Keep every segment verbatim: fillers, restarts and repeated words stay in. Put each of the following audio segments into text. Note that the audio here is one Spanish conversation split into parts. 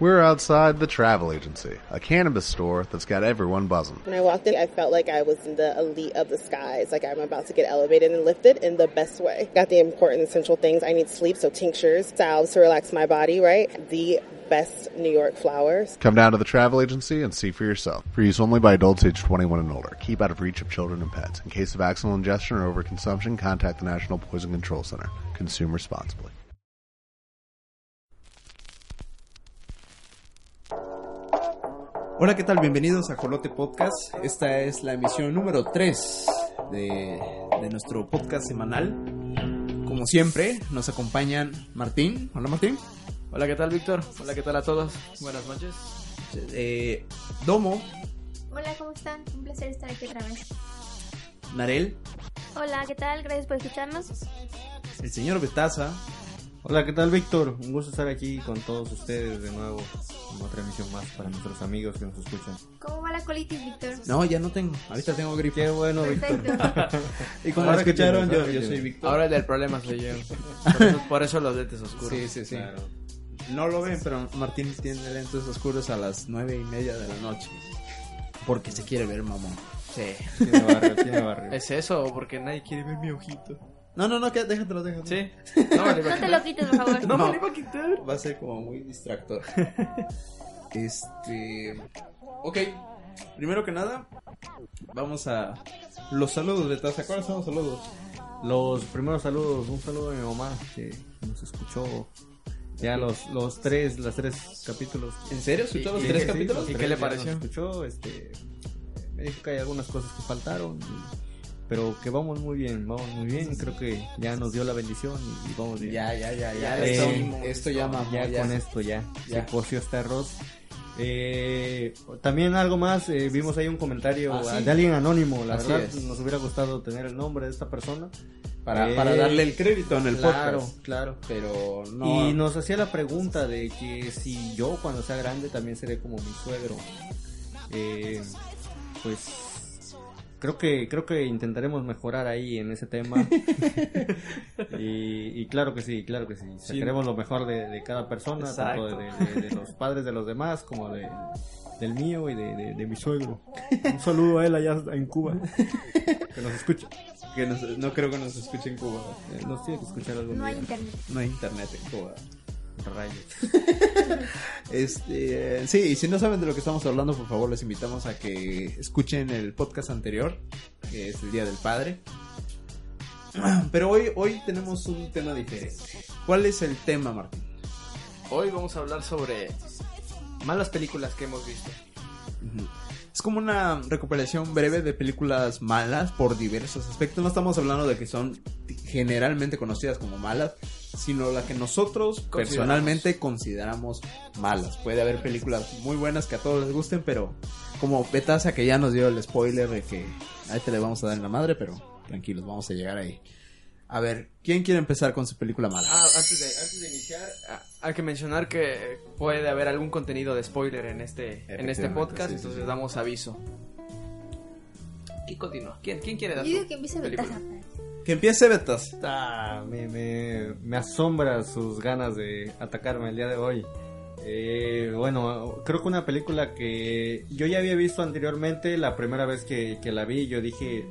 We're outside the Travel Agency, a cannabis store that's got everyone buzzing. When I walked in, I felt like I was in the elite of the skies, like I'm about to get elevated and lifted in the best way. Got the important essential things. I need sleep, so tinctures, salves to relax my body, right? The best New York flowers. Come down to the Travel Agency and see for yourself. For use only by adults age twenty-one and older. Keep out of reach of children and pets. In case of accidental ingestion or overconsumption, contact the National Poison Control Center. Consume responsibly. Hola, ¿qué tal? Bienvenidos a Jolote Podcast. Esta es la emisión número tres de, de nuestro podcast semanal. Como siempre, nos acompañan Martín. Hola, Martín. Hola, ¿qué tal, Víctor? Hola, ¿qué tal a todos? Buenas noches. Eh, Domo. Hola, ¿cómo están? Un placer estar aquí otra vez. Narel. Hola, ¿qué tal? Gracias por escucharnos. El señor Betaza. Hola, ¿qué tal, Víctor? Un gusto estar aquí con todos ustedes de nuevo en otra emisión más para nuestros amigos que nos escuchan. ¿Cómo va la colitis, Víctor? No, ya no tengo. Ahorita tengo gripe. Qué bueno, Perfecto. Víctor. Y como Ahora lo escucharon, que yo, tienes, yo soy Víctor. Ahora el del problema soy yo. Por eso, por eso los lentes oscuros. Sí, sí, sí. Claro. No lo ven, pero Martín tiene lentes oscuros a las nueve y media de la noche. Porque se quiere ver mamón. Sí. Tiene barrio, tiene barrio. ¿Es eso o porque nadie quiere ver mi ojito? No, no, no, que déjatelo, déjatelo. Sí. No me lo iba a No te quitar. lo quites, por favor. No me No. lo iba a quitar. Va a ser como muy distractor. Este. Ok. Primero que nada, vamos a los saludos de Taza. ¿Cuáles son los saludos? Los primeros saludos, un saludo a mi mamá que nos escuchó ya los, los tres, los tres capítulos. ¿En serio? ¿Escuchó los Sí, tres sí, capítulos? los ¿Y tres qué le ya pareció? nos escuchó, este, me dijo que hay algunas cosas que faltaron, y- pero que vamos muy bien, vamos muy bien. Creo que ya nos dio la bendición y, y vamos bien. Ya, ya, ya, ya. Eh, esto, esto ya mamó. Ya, Ya, con esto ya, Ya. se coció este arroz. Eh, también algo más, eh, vimos ahí un comentario Ah, sí. de alguien anónimo. La Así verdad es. nos hubiera gustado tener el nombre de esta persona Para, Eh, para darle el crédito en el claro, podcast. claro. Pero no. Y nos hacía la pregunta de que si yo cuando sea grande también seré como mi suegro. Eh, pues creo que creo que intentaremos mejorar ahí en ese tema. y, y claro que sí, claro que sí. Sacaremos lo mejor de, de cada persona, Exacto. tanto de, de- de los padres de los demás como de, del mío y de, de- de mi suegro. Un saludo a él allá en Cuba, que nos escucha. Que nos- no creo que nos escuche en Cuba. Eh, Nos tiene que escuchar algún No hay día. internet. No hay internet en Cuba. Rayos. Este, sí, y si no saben de lo que estamos hablando, por favor les invitamos a que escuchen el podcast anterior, que es el Día del Padre. Pero hoy, hoy tenemos un tema diferente. ¿Cuál es el tema, Martín? Hoy vamos a hablar sobre malas películas que hemos visto. Es como una recopilación breve de películas malas por diversos aspectos. No estamos hablando de que son generalmente conocidas como malas, sino la que nosotros personalmente consideramos malas. Puede haber películas muy buenas que a todos les gusten, pero como Betaza, que ya nos dio el spoiler de que ahí te le vamos a dar en la madre, pero tranquilos, vamos a llegar ahí. A ver, ¿quién quiere empezar con su película mala? Ah, antes de, antes de iniciar, ah, hay que mencionar que puede haber algún contenido de spoiler en este, en este Efectivamente, podcast, sí, sí, entonces sí. damos aviso. ¿Quién continúa? ¿Quién, quién quiere dar Yo su digo que empiece película? Betaza. Que empiece Betaza. Ah, me, me, me asombra sus ganas de atacarme el día de hoy. Eh, bueno, creo que una película que yo ya había visto anteriormente, la primera vez que, que la vi, yo dije,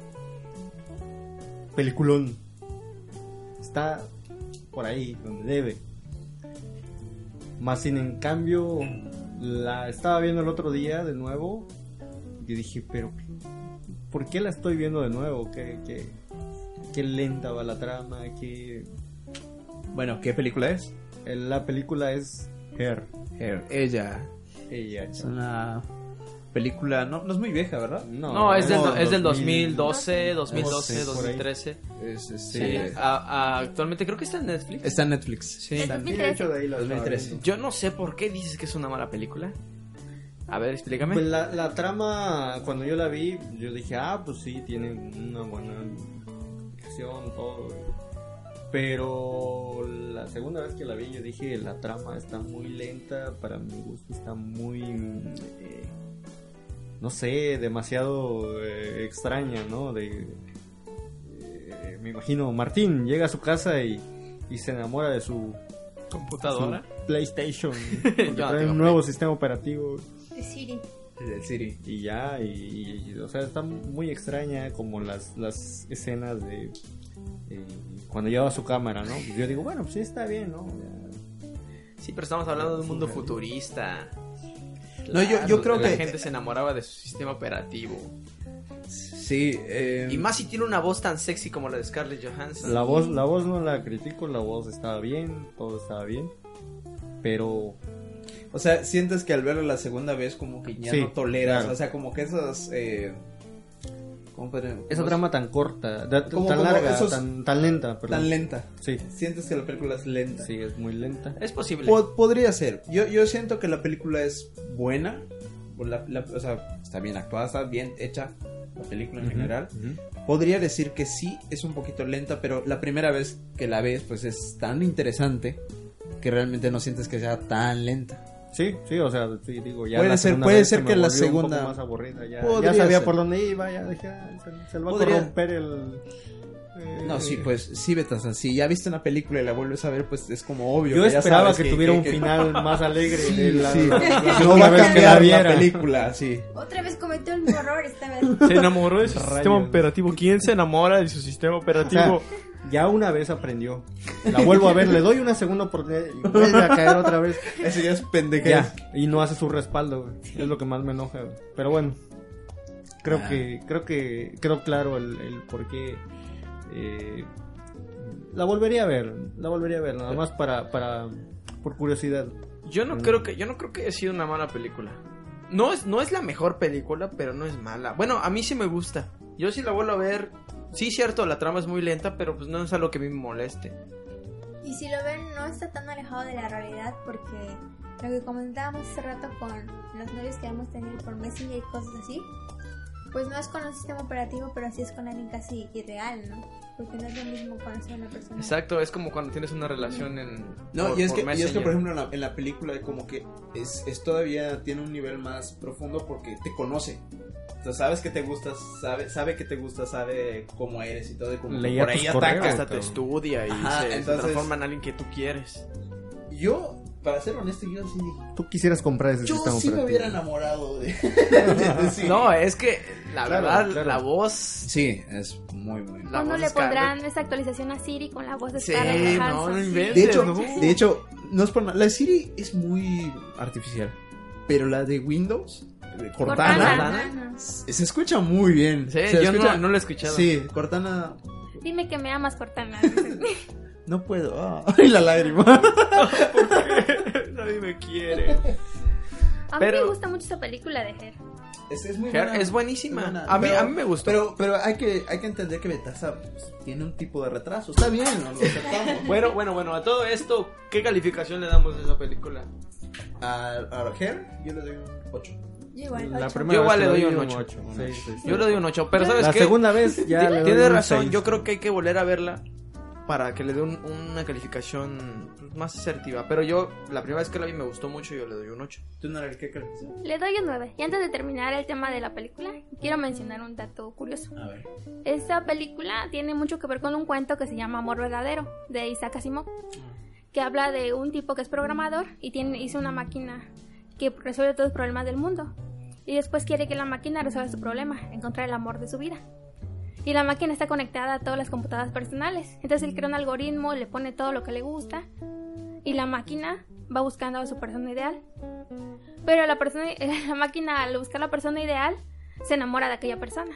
peliculón, está por ahí donde debe. Más sin en cambio, la estaba viendo el otro día de nuevo y dije, pero ¿por qué la estoy viendo de nuevo? ¿Qué, qué, qué lenta va la trama? ¿Qué... Bueno, ¿qué película es? La película es Her. Her, ella. Ella. Es una película, no, no es muy vieja, ¿verdad? No, es, del, no, es del dos mil dos mil doce, dos mil doce, doce, por dos mil ahí. trece. Es, es, Sí, eh, a- a- actualmente creo que está en Netflix. está en Netflix. Sí. En Sí, dos mil de hecho, trece. de ahí la dos mil estaba trece. viendo. Yo no sé por qué dices que es una mala película. A ver, explícame. Pues la, la trama, cuando yo la vi, yo dije, ah, pues sí, tiene una buena acción, todo. Pero la segunda vez que la vi, yo dije, la trama está muy lenta, para mi gusto está muy, eh, no sé, demasiado eh, extraña, ¿no? De, eh, me imagino, Martín llega a su casa y, y se enamora de su Computadora. su- PlayStation. Porque Yo no trae tengo un nuevo Play. sistema operativo. De Siri. del City. Y ya, y, y- o sea, está muy extraña como las, las escenas de eh, cuando lleva su cámara, ¿no? Pues yo digo, bueno, pues sí está bien, ¿no? Ya. Sí, pero estamos hablando de un mundo futurista. No, yo, yo creo la que... gente se enamoraba de su sistema operativo. Sí, eh, Y más si tiene una voz tan sexy como la de Scarlett Johansson. La voz, la voz no la critico, la voz estaba bien, todo estaba bien, pero o sea, sientes que al verlo la segunda vez como que ya Sí, no toleras, claro. o sea, como que esas... Eh, ¿cómo podrían- esa cómo- trama tan corta, da- Como- tan como larga, esos- tan, tan lenta, perdón. tan lenta. Sí, Sientes que la película es lenta. sí, es muy lenta. Es posible. Po- podría ser. Yo, yo siento que la película es buena. La- la- o sea, está bien actuada, está bien hecha la película en Ujú, general. ujú. Podría decir que sí, es un poquito lenta, pero la primera vez que la ves, pues es tan interesante que realmente no sientes que sea tan lenta. Sí, sí, o sea, sí, digo, ya Puede la ser- segunda puede vez ser se que me la volvió un poco segunda- más aburrida, ya, Podría ya sabía ser. por dónde iba, ya dije, ah, se, se le va Podría- a corromper el... eh, No, sí, pues sí, Betas, si ya viste una película y la vuelves a ver, pues es como obvio. Yo que ya esperaba sabes que, tuviera un final más alegre. Sí, de la, sí. la No segunda va a vez que cambiar la la, viera. película, sí. Otra vez cometió el mismo error esta vez. Se enamoró de su Rayos. sistema operativo. ¿Quién se enamora de su sistema O sea, operativo? ya una vez aprendió. La vuelvo a ver, le doy una segunda oportunidad y vuelve a caer otra vez. Eso ya es pendeja. Ya, y no hace su respaldo, güey. Es lo que más me enoja, güey. Pero bueno, creo Ah. que creo que quedó claro el, el por qué. eh, la volvería a ver, la volvería a ver, nada más para, para por curiosidad. Yo no creo que yo no creo que haya sido una mala película. No es no es la mejor película, pero no es mala. Bueno, a mí sí me gusta. Yo sí la vuelvo a ver. Sí, cierto, la trama es muy lenta, pero pues no es algo que a mí me moleste. Y si lo ven, no está tan alejado de la realidad porque lo que comentábamos hace rato con los novios que hemos tenido por Messenger y cosas así, pues no es con un sistema operativo, pero sí es con alguien casi irreal, ¿no? Porque no es lo mismo conocer a una persona. Exacto, es como cuando tienes una relación en No, por- y es, por que, y es que, Messenger. por ejemplo, en la, en la película como que es, es todavía tiene un nivel más profundo porque te conoce. O sea, sabes que te gusta, sabe, sabe que te gusta, sabe cómo eres y todo, y como que Leía por ahí tus correos. ataca. hasta te cabrón. estudia y Ajá, se, se entonces- transforma en alguien que tú quieres. Yo, para ser honesto, yo sí Tú quisieras comprar ese yo sistema sí me operativo. hubiera enamorado de, de- sí. No, es que la Claro, verdad, claro. la voz... Sí, es muy muy La ¿Cuándo voz le de Scarlett. pondrán esta actualización a Siri con la voz de Sí, Scarlett no, Johansson? no inventes. De hecho, ¿no? de hecho, no es por nada. La Siri es muy artificial. Pero la de Windows, de Cortana, Cortana. Ajá. se escucha muy bien. Sí, Se yo escucha- no, no lo he escuchado. Sí, Cortana. Dime que me amas, Cortana. No puedo. ah. Ay, la lágrima. Nadie me quiere. A mí Pero- me gusta mucho esa película de Her. Es, es muy Her buena. es buenísima. buena. A mí- Pero- a mí me gustó. Pero, pero hay que, hay que entender que Bethesda pues, tiene un tipo de retraso. Está bien, no lo aceptamos. Bueno, bueno, bueno, a todo esto, ¿qué calificación le damos a esa película? A, a Her, yo le doy un ocho. Yo igual, La ocho. primera Yo igual vez le te doy un ocho. ocho. Sí, sí, sí. Yo le doy un ocho, pero ¿sabes La qué? segunda vez ya le doy Tienes un razón, seis. yo creo que hay que volver a verla para que le dé un- una calificación más asertiva. Pero yo, la primera vez que la vi me gustó mucho y yo le doy un ocho. ¿Tú no eres qué calificación? Le doy un nueve. Y antes de terminar el tema de la película, quiero mencionar un dato curioso. A ver. Esta película tiene mucho que ver con un cuento que se llama Amor Verdadero, de Isaac Asimov, que habla de un tipo que es programador y tiene, hizo una máquina que resuelve todos los problemas del mundo. Y después quiere que la máquina resuelva su problema, encontrar el amor de su vida. Y la máquina está conectada a todas las computadoras personales. Entonces él crea un algoritmo, le pone todo lo que le gusta y la máquina va buscando a su persona ideal. Pero la persona, la máquina al buscar la persona ideal se enamora de aquella persona.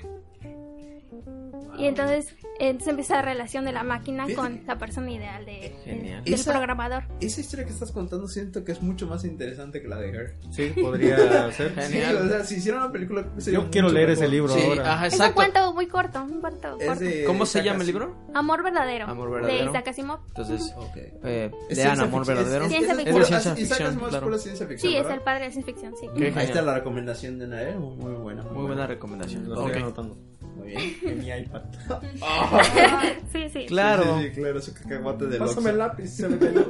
Y entonces, entonces empieza la relación de la máquina Fíjate con la persona ideal de, Genial. del Esa- programador. Esa historia que estás contando siento que es mucho más interesante que la de Her. Sí, podría ser. Genial. Sí, o sea, si hiciera una película sería Yo quiero mucho leer mejor. ese libro Sí, ahora. ajá, Es un exacto. cuento muy corto, un cuento Es corto. de ¿Cómo se Isaac llama el Asimov. libro? Amor verdadero, Amor de verdadero. Isaac Asimov. Entonces, Ok. eh, Es lean ciencia Amor fic- Verdadero. Es, Ciencia es, es, ficción. es, Ciencia Isaac ficción, Asimov es claro. pura ciencia ficción, Sí, es ¿verdad? el padre de ciencia ficción, sí. Qué Ahí genial. está la recomendación de Nae, muy buena. Muy buena recomendación. Lo estoy Ok. anotando. Muy bien. En mi iPad. Sí, sí. Claro. Sí, sí, claro, su cacahuate de Pásame el Oxxo. lápiz, se me cayó.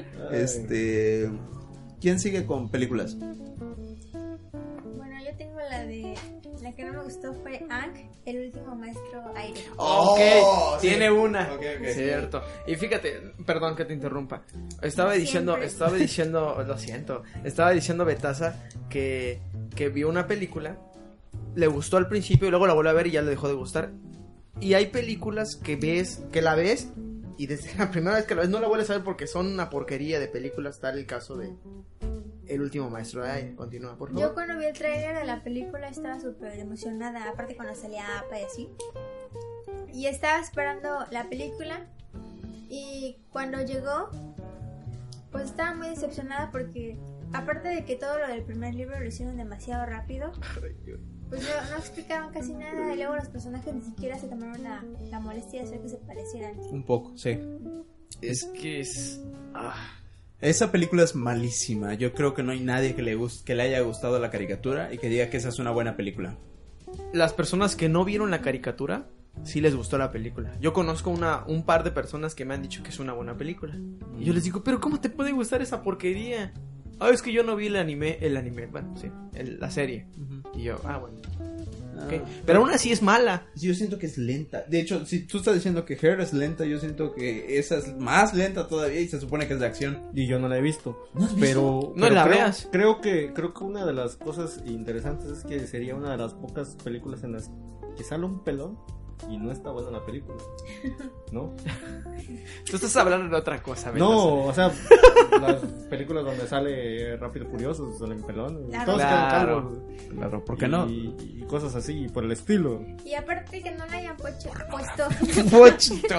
Este, ¿quién sigue con películas? Bueno, yo tengo la de... La que no me gustó fue Aang, el último maestro aire. Ok, Oh, sí. tiene una. Ok, ok. Cierto. Y fíjate, perdón que te interrumpa. Estaba diciendo, Siempre. estaba diciendo, lo siento. Estaba diciendo Betasa que, que vio una película, le gustó al principio y luego la volvió a ver y ya le dejó de gustar. Y hay películas que ves, que la ves y desde la primera vez que la ves no la vuelves a ver porque son una porquería de películas. Tal el caso de El último maestro de aire. Continúa, por Yo favor. cuando vi el tráiler de la película estaba súper emocionada, aparte cuando salía Appa y así. Y estaba esperando la película y cuando llegó, pues estaba muy decepcionada porque aparte de que todo lo del primer libro lo hicieron demasiado rápido, pues no, no explicaban casi nada y luego los personajes ni siquiera se tomaron la, la molestia de hacer que se parecieran. Un poco, sí. Es que es... ah. Esa película es malísima. Yo creo que no hay nadie que le guste, que le haya gustado la caricatura y que diga que esa es una buena película. Las personas que no vieron la caricatura, sí les gustó la película. Yo conozco una, un par de personas que me han dicho que es una buena película. Y yo les digo, pero ¿cómo te puede gustar esa porquería? Ah, es que yo no vi el anime, el anime, bueno, sí, el- la serie. Uh-huh. Y yo, ah, bueno. Ah, ok. Pero aún así es mala. Yo siento que es lenta. De hecho, si tú estás diciendo que Her es lenta, yo siento que esa es más lenta todavía y se supone que es de acción. Y yo no la he visto. ¿No has visto? Pero, No pero la creo, veas. Creo que, creo que una de las cosas interesantes es que sería una de las pocas películas en las que sale un pelón y no está buena la película. ¿No? Tú estás hablando de otra cosa, ¿verdad? No, o sea, las películas donde sale Rápido y Furioso salen pelón. Claro. Todos Claro. quedan calvos. Claro, ¿por qué y, no? Y cosas así, por el estilo. Y aparte que no le hayan puesto, puesto Pochito.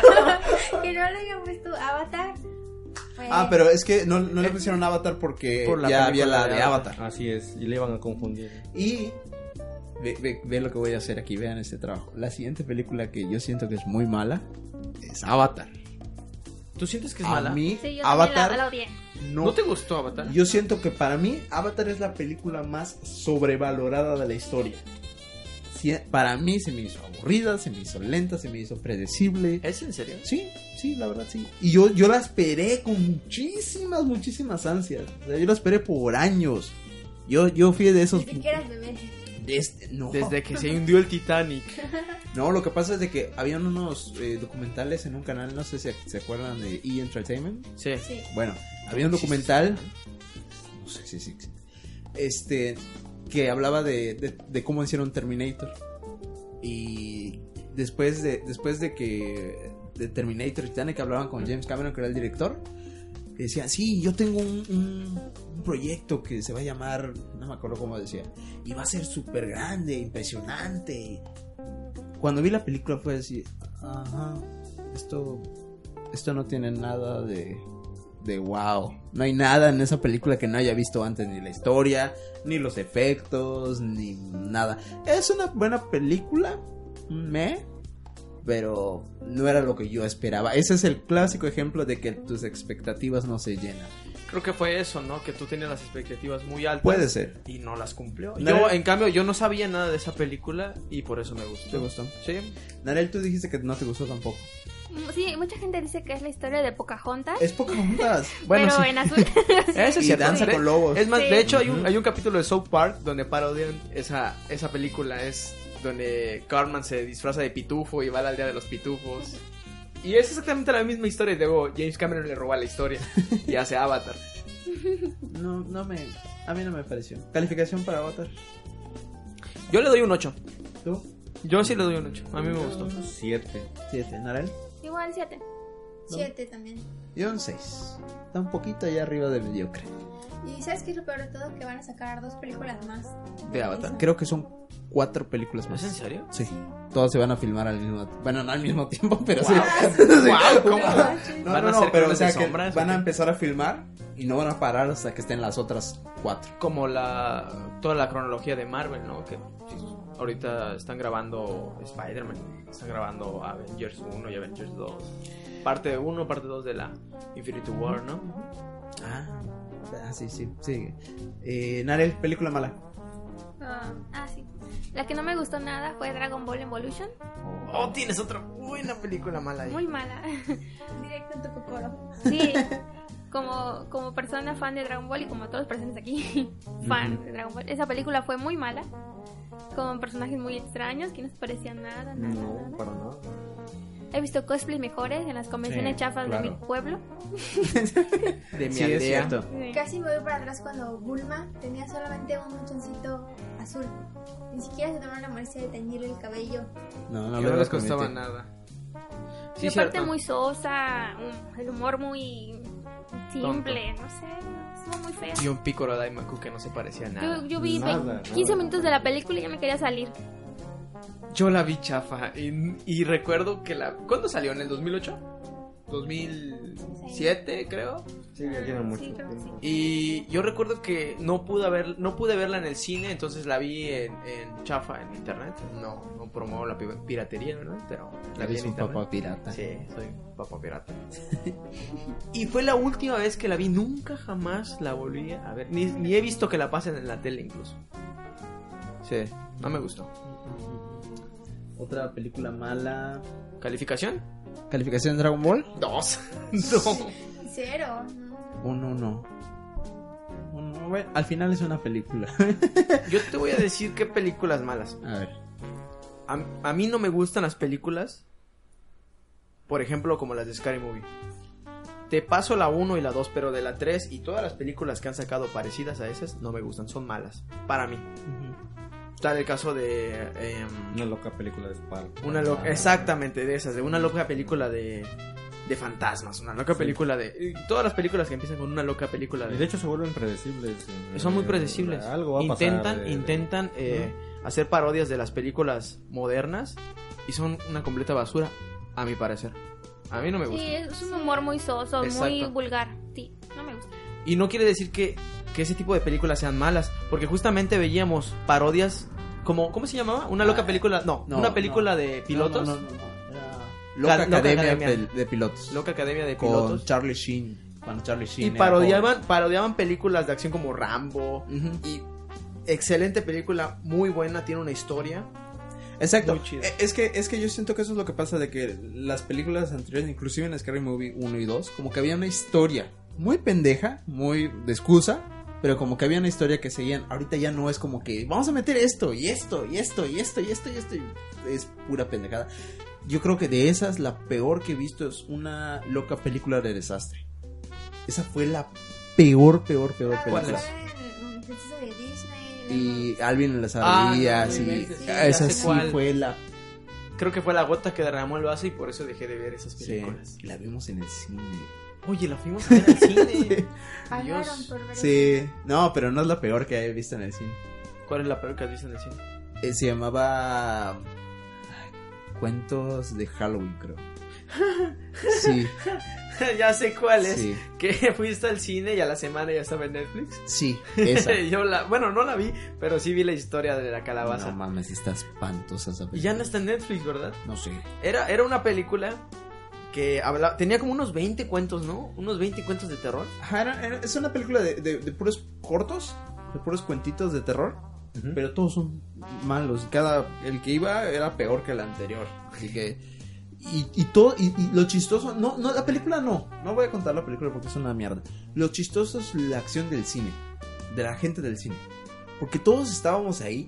que no le hayan puesto Avatar. Pues, Ah, pero es que no, no le pusieron Avatar porque Por la ya había película la de de Avatar. Así es, y le iban a confundir. Y ve, ve, ve lo que voy a hacer aquí, vean este trabajo. La siguiente película que yo siento que es muy mala es Avatar. ¿Tú sientes que es A mala? mí, Sí, yo Avatar, también la, la odié. no, ¿No te gustó Avatar? yo siento que para mí Avatar es la película más sobrevalorada de la historia. Sí, para mí se me hizo aburrida, se me hizo lenta, se me hizo predecible. ¿Es en serio? Sí, sí, la verdad sí. Y yo, yo la esperé con muchísimas, muchísimas ansias. O sea, yo la esperé por años. Yo, yo fui de esos... desde que eras bebé. Este- no. Desde que se hundió el Titanic. No, lo que pasa es de que habían unos eh, documentales en un canal, no sé si se acuerdan de E! Entertainment. Sí. Sí. Bueno, había un documental, no sé si sí, sí, este, que hablaba de, de, de cómo hicieron Terminator. Y después de, después de que de Terminator y Titanic hablaban con James Cameron, que era el director, y decían, sí, yo tengo un, un, un proyecto que se va a llamar, no me acuerdo cómo decía, y va a ser súper grande, impresionante. Cuando vi la película fue así, ajá, esto, esto no tiene nada de, de wow. No hay nada en esa película que no haya visto antes, ni la historia, ni los efectos, ni nada. Es una buena película, me, pero no era lo que yo esperaba. Ese es el clásico ejemplo de que tus expectativas no se llenan. Creo que fue eso, ¿no? Que tú tenías las expectativas muy altas. Puede ser. Y no las cumplió. No. Yo, en cambio, yo no sabía nada de esa película y por eso me gustó. ¿Te gustó? Sí. Narel, tú dijiste que no te gustó tampoco. Mm, Sí, mucha gente dice que es la historia de Pocahontas. Es Pocahontas. Bueno, pero sí. en azul. Eso es Y cierto. danza De- con lobos. Es más, Sí. de hecho, hay un, hay un capítulo de South Park donde parodian esa, esa película. Es donde Cartman se disfraza de pitufo y va al día de los pitufos. Y es exactamente la misma historia. Y luego James Cameron le roba la historia y hace Avatar. No, no me, a mí no me pareció. ¿Calificación para Avatar? Yo le doy un ocho. ¿Tú? Yo sí le doy un ocho. A mí me gustó. Siete. Siete. ¿Narel? Igual siete. Siete también. Yo un seis. Está un poquito allá arriba de mediocre. Y ¿sabes qué es lo peor de todo? Que van a sacar dos películas más. De Avatar. Creo que son cuatro películas ¿Es más. en serio? Sí. Todas se van a filmar al mismo tiempo. Bueno, no al mismo tiempo, pero sí. Wow, ¿cómo? No, Van no, a no, hacer pero o clones sea de que sombras, van ¿o a qué? empezar a filmar y no van a parar hasta que estén las otras cuatro. Como la toda la cronología de Marvel, ¿no? Que sí, ahorita están grabando Spider-Man, están grabando Avengers uno y Avengers dos. Parte uno, parte dos de la Infinity War, ¿no? Ah, ah sí, sí, sí. Eh, Narel, película mala. Ah, ah, sí. La que no me gustó nada fue Dragon Ball Evolution. Oh, tienes otra buena película mala ahí. Muy mala. Directo en tu cocoro. Sí. como, como persona fan de Dragon Ball y como todos los presentes aquí, fan uh-huh. de Dragon Ball, esa película fue muy mala, con personajes muy extraños que no se parecían nada, nada, No, nada. para nada. He visto cosplays mejores en las convenciones Sí, chafas claro. de mi pueblo. De mi Sí, es aldea. cierto. Sí. Casi me voy para atrás cuando Bulma tenía solamente un mechoncito azul. Ni siquiera se tomaron la molestia de teñirle el cabello. No, no, Que le no voy les a costaba permitir. nada. Y Sí, aparte cierto. muy sosa, um, el humor muy simple, no sé, estuvo muy fea. Y un Piccolo Daimaku que no se parecía a nada. Yo, yo vi Nada, veinte, nada. quince minutos de la película y ya me quería salir. Yo la vi chafa y, y recuerdo que la... ¿Cuándo salió? ¿En el dos mil ocho? ¿dos mil siete, creo? Sí, ya tiene mucho. Sí, creo que sí. Y yo recuerdo que no pude ver, no pude verla en el cine, entonces la vi en, en chafa en internet. No, no promuevo la pi- piratería, ¿verdad? Pero la vi Eres en un internet. papá pirata. Sí, soy papá pirata. Y fue la última vez que la vi, nunca jamás la volví a ver. Ni, ni he visto que la pasen en la tele incluso. Sí, no me gustó. Otra película mala. ¿Calificación? ¿Calificación de Dragon Ball? Dos. No. Cero. no. Un uno. Un- bueno, al final es una película. Yo te voy a decir qué películas malas. A ver. A, a mí no me gustan las películas, por ejemplo, como las de Scary Movie. Te paso la uno y la dos, pero de la tres y todas las películas que han sacado parecidas a esas no me gustan, son malas, para mí. Tal el caso de... em, Una loca película de Spark. una loca... Exactamente, de esas, de una loca película de... De fantasmas, una loca película de... y todas las películas que empiezan con una loca película Y de... de hecho se vuelven predecibles. eh, Son muy eh, predecibles. Algo va a intentan, pasar. de- intentan eh, hacer parodias de las películas modernas y son una completa basura, a mi parecer. A mí no me gusta. Sí, es un humor muy soso, muy Exacto. vulgar. Sí, no me gusta. Y no quiere decir que, que ese tipo de películas sean malas, porque justamente veíamos parodias como... ¿Cómo se llamaba? Una loca Ah, película... No, no, una película no. de pilotos. No, no, no, no, era Ca- Loca Loca Academia, Academia. de, de Pilotos. Loca Academia de Con Pilotos. Charlie Sheen. Cuando Charlie Sheen Y era parodiaban, parodiaban películas de acción como Rambo. joven. Ujú. Y excelente película, muy buena, tiene una historia. Exacto. Muy chida. Eh, Es que, es que yo siento que eso es lo que pasa de que las películas anteriores, inclusive en Scary Movie uno y dos, como que había una historia muy pendeja, muy de excusa, pero como que había una historia que seguían. Ahorita ya no es como que vamos a meter esto y esto y esto y esto y esto y esto. Y es pura pendejada. Yo creo que de esas la peor que he visto es una loca película de desastre. Esa fue la peor, peor, peor Ah, ¿Cuál película. es? En Princesa de Disney. Y Alvin en las Ah, ardillas no, y inventes, sí, esa ya sé sí cuál. fue la... Creo que fue la gota que derramó el vaso y por eso dejé de ver esas Sí, películas. la vimos en el cine. Oye, la fuimos a ver al cine. Pagaron Dios. por ver Sí, no, pero no es la peor que he visto en el cine. ¿Cuál es la peor que has visto en el cine? Eh, se llamaba ay, Cuentos de Halloween, creo. Sí, Ya sé cuál es. sí, Que fuiste al cine y a la semana ya estaba en Netflix. sí, esa. Yo la, bueno, no la vi, pero sí vi la historia de la calabaza. No mames, está espantosa esa película. Y ya no está en Netflix, ¿verdad? No sé. Era, era una película que habla, tenía como unos veinte cuentos, ¿no? Unos veinte cuentos de terror. Ajá, era- era- es una película de, de, de puros cortos, de puros cuentitos de terror, Ujú. pero todos son malos. Cada, el que iba era peor que el anterior. Así que... Y, y todo, y, y lo chistoso, no, no, la película no, no voy a contar la película porque es una mierda. Lo chistoso es la acción del cine, de la gente del cine, porque todos estábamos ahí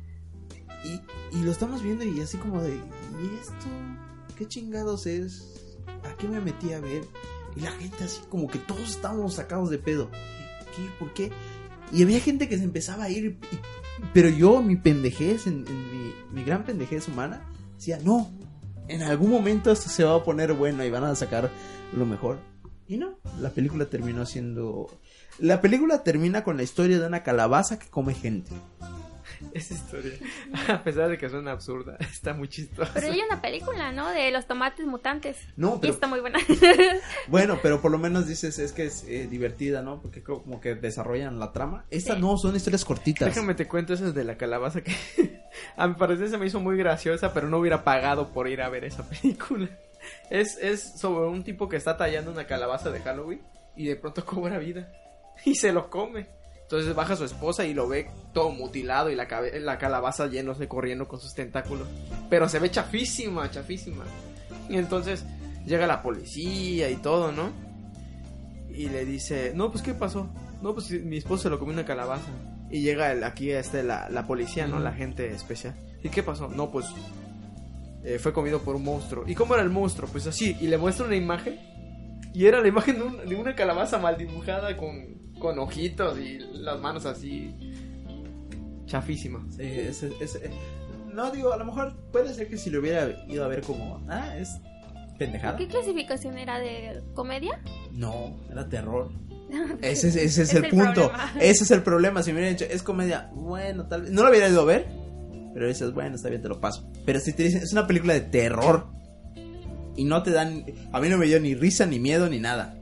y, y lo estamos viendo y así como de, ¿y esto? ¿Qué chingados es? ¿A qué me metí a ver? Y la gente así como que todos estábamos sacados de pedo. ¿Qué? ¿Por qué? Y había gente que se empezaba a ir, y- pero yo, mi pendejez, en, en mi, mi gran pendejez humana, decía, no. En algún momento esto se va a poner bueno y van a sacar lo mejor. Y no, la película terminó siendo... La película termina con la historia de una calabaza que come gente. Esa historia, a pesar de que suena absurda, está muy chistosa. Pero hay una película, ¿no? De los tomates mutantes. No, Y pero... está muy buena. Bueno, pero por lo menos dices, es que es eh, divertida, ¿no? Porque creo como que desarrollan la trama. Esta Sí. no, son historias cortitas. Déjame te cuento esas de la calabaza que a mi parecer se me hizo muy graciosa, pero no hubiera pagado por ir a ver esa película. Es, es sobre un tipo que está tallando una calabaza de Halloween y de pronto cobra vida y se lo come. Entonces baja su esposa y lo ve todo mutilado y la, cabe- la calabaza yéndose corriendo con sus tentáculos. Pero se ve chafísima, chafísima. Y entonces llega la policía y todo, ¿no? y le dice, no, pues ¿qué pasó? No, pues mi esposo se lo comió una calabaza. Y llega el, aquí este, la, la policía, ¿no? La gente especial. ¿Y qué pasó? No, pues eh, fue comido por un monstruo. ¿Y cómo era el monstruo? Pues así, y le muestra una imagen. Y era la imagen de, un, de una calabaza mal dibujada con, con ojitos y las manos así. Chafísima. Sí, ese, ese, no, digo, a lo mejor puede ser que si lo hubiera ido a ver como, ah, es pendejada. ¿Qué clasificación era? ¿De comedia? No, era terror. Ese, es- ese es, Es el, el punto. problema. Ese es el problema. Si me hubieran dicho, es comedia, bueno, tal vez. No lo hubiera ido a ver, pero dices, bueno, está bien, te lo paso. Pero si te dicen, es una película de terror y no te dan. A mí no me dio ni risa, ni miedo, ni nada.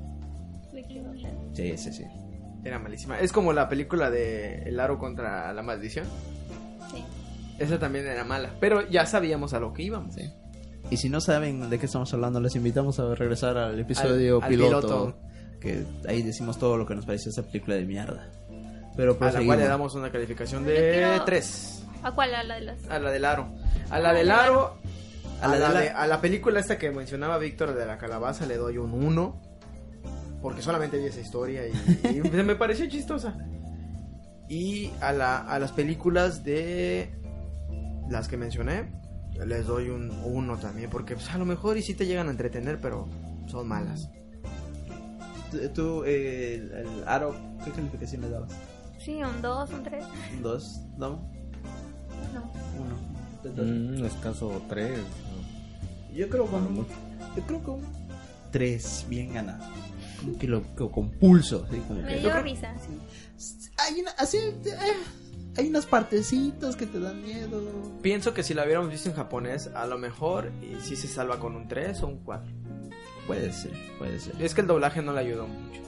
Sí, sí, sí. Era malísima. Es como la película de El Aro contra la Maldición. Sí. Esa también era mala. Pero ya sabíamos a lo que íbamos. Sí. Y si no saben de qué estamos hablando, les invitamos a regresar al episodio Al- al piloto, piloto. que ahí decimos todo lo que nos pareció esa película de mierda. Pero A la proseguimos. cual le damos una calificación Yo de quiero- tres. ¿A cuál? ¿A la de las? A la del Aro. A la del Aro. A la, de la- de- a la película esta que mencionaba Víctor de la calabaza le doy un uno. Porque solamente vi esa historia y, y me pareció chistosa. Y a, la, a las películas de las que mencioné les doy un uno también. Porque pues, a lo mejor y sí te llegan a entretener, pero son malas. Tú, tú, eh, el, el Aro, ¿qué calificación le dabas? Sí, un dos, un tres. ¿Un dos? ¿No? No. Uno. Un escaso tres. Yo creo que un, yo creo que un tres, bien ganado. Como que lo que con pulso, así como Me que. dio risa, sí. Hay una, así, eh, hay unas partecitas que te dan miedo. Pienso que si la hubiéramos visto en japonés, a lo mejor y sí se salva con un tres o un cuatro. Puede ser, puede ser. Es que el doblaje no le ayudó mucho.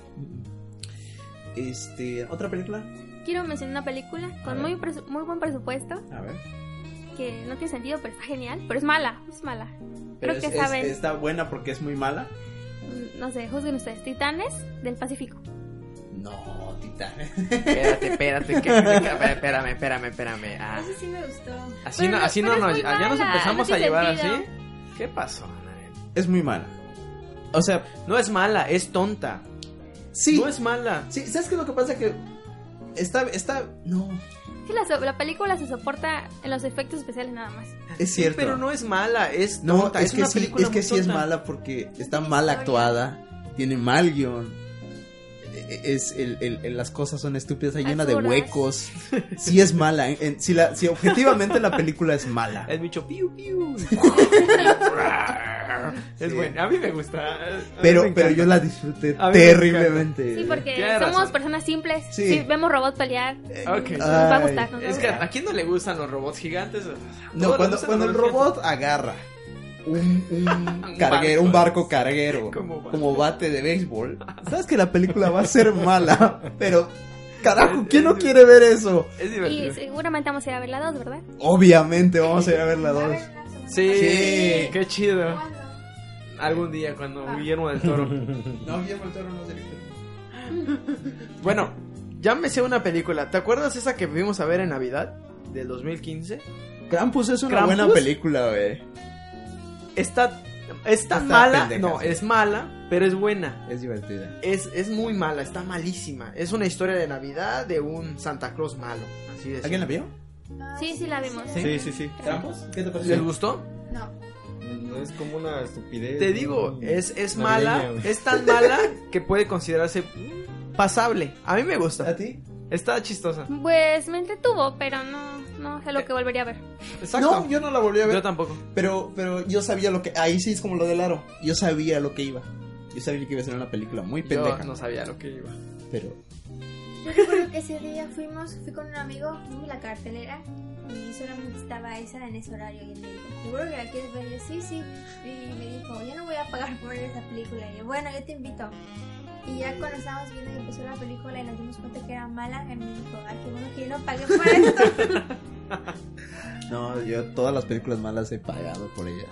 Este, ¿otra película? Quiero mencionar una película A con ver. muy, presu- muy buen presupuesto, A ver. que no tiene sentido, pero está genial, pero es mala, es mala. Pero Creo que es- es- saben. está buena porque es muy mala. Mm, No sé, juzguen ustedes. Titanes del Pacífico. No, Titanes. Espérate, espérate, que, espérame, espérame, espérame. Ah, Ese sí me gustó. así Pero no, no- así no pero es nos, muy ya nos mala, empezamos no a tiene llevar sentido. así. ¿Qué pasó, Anabel? Es muy mala. O sea, No es mala, es tonta. sí. No es mala. Sí, ¿sabes qué es lo que pasa? Que está, está, no, Sí, la, so- la película se soporta en los efectos especiales nada más. es Sí, cierto. pero no es mala, es No, tonta. es, es, que una sí, película es que muy sí es tonta. mala porque está mal actuada, tiene mal guión. e- Es el, el- el- las cosas son estúpidas, hay llena de Absurdas. huecos. Sí es mala, en- en- si, la, si objetivamente la película es mala. El bicho piu piu. Es bueno, a mí me gusta. a mí Pero, me pero encanta. yo la disfruté A mí me terriblemente. Sí, porque Tienes somos razón. personas simples. Sí. Sí. vemos robots pelear. Ok. Nos va a Ay, gustar. Nos va a Es que gustar. a quién no le gustan los robots gigantes. No, Todos cuando, les gustan cuando el los robots robot agarra un, un Un carguero, barco. un barco carguero, Como bate. como bate de béisbol, sabes que la película va a ser mala, pero carajo, ¿quién no quiere ver eso? gigantes. Es Y divertido. seguramente vamos a ir a ver la dos, ¿verdad? Obviamente vamos a ir a ver la A dos. ver, una semana. Sí, Sí. qué chido. ¿Cuándo? Algún día cuando Guillermo del Toro. No, Guillermo del Toro no es director. Bueno, ya me sé una película. ¿Te acuerdas esa que fuimos a ver en Navidad? Del dos mil quince. Krampus es una ¿Krampus? buena película, güey. Está, está Está mala. pendeja, No, sí. es mala, pero es buena. Es divertida. Es, es muy mala, está malísima. Es una historia de Navidad de un Santa Claus malo. Así de ¿Alguien la vio? Ah, Sí, sí la vimos. Sí, sí, sí. ¿Krampus? ¿Qué te ¿Les pareció? gustó? No. Es como una estupidez. Te ¿no? digo, es, es Navideña, mala, güey. es tan mala que puede considerarse pasable. A mí me ¿A gusta. ti? Está chistosa. Pues me entretuvo, pero no, no es lo que volvería a ver. Exacto. No, yo no la volví a ver. Yo tampoco. Pero, pero yo sabía lo que. Ahí sí es como lo del aro. Yo sabía lo que iba. Yo sabía que iba a ser una película muy pendeja. Yo no sabía lo que iba. Pero. Yo recuerdo que ese día fuimos, fui con un amigo, fuimos a la cartelera y solamente estaba esa en ese horario. Y él me dijo, ¿seguro que la quieres ver? Y yo, sí, sí. Y me dijo, yo no voy a pagar por ver esa película. Y yo, bueno, yo te invito. Y ya cuando estábamos viendo y empezó la película y nos dimos cuenta que era mala, él me dijo, ay, qué bueno que yo no pagué por esto. No, yo todas las películas malas he pagado por ellas.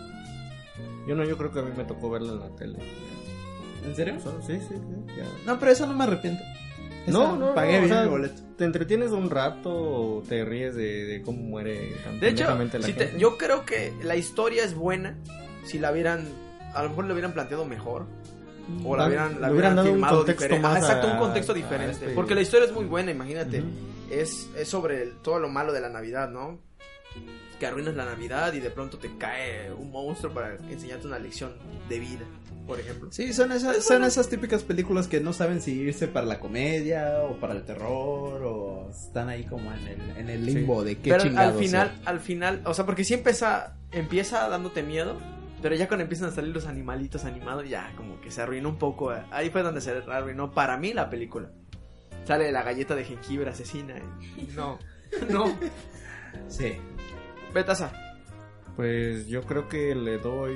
Yo no, yo creo que a mí me tocó verla en la tele. ¿En serio? Sí, sí, sí. ya. No, pero eso no me arrepiento. Esa, No, no, pagué no, o bien sea, mi boleto. Te entretienes un rato o te ríes de, de cómo muere tan De hecho, pendejamente la si te- gente. yo creo que la historia es buena si la hubieran, a lo mejor la hubieran planteado mejor. O la hubieran, la le hubieran dado un filmado contexto diferente. más Ah, exacto, a- un contexto a diferente. este- Porque la historia es muy buena, imagínate. Ujú. es, es sobre el- todo lo malo de la Navidad, ¿no? Que arruinas la Navidad y de pronto te cae un monstruo para enseñarte una lección de vida, por ejemplo. Sí, son esas, son esas típicas películas que no saben si irse para la comedia o para el terror o están ahí como en el, en el limbo de qué Pero al chingados final, sea. al final, o sea, porque sí empieza, empieza dándote miedo, pero ya cuando empiezan a salir los animalitos animados, ya como que se arruinó un poco. eh. Ahí fue donde se arruinó para mí la película. Sale la galleta de jengibre asesina y no, no. Sí. Betasa. Pues yo creo que le doy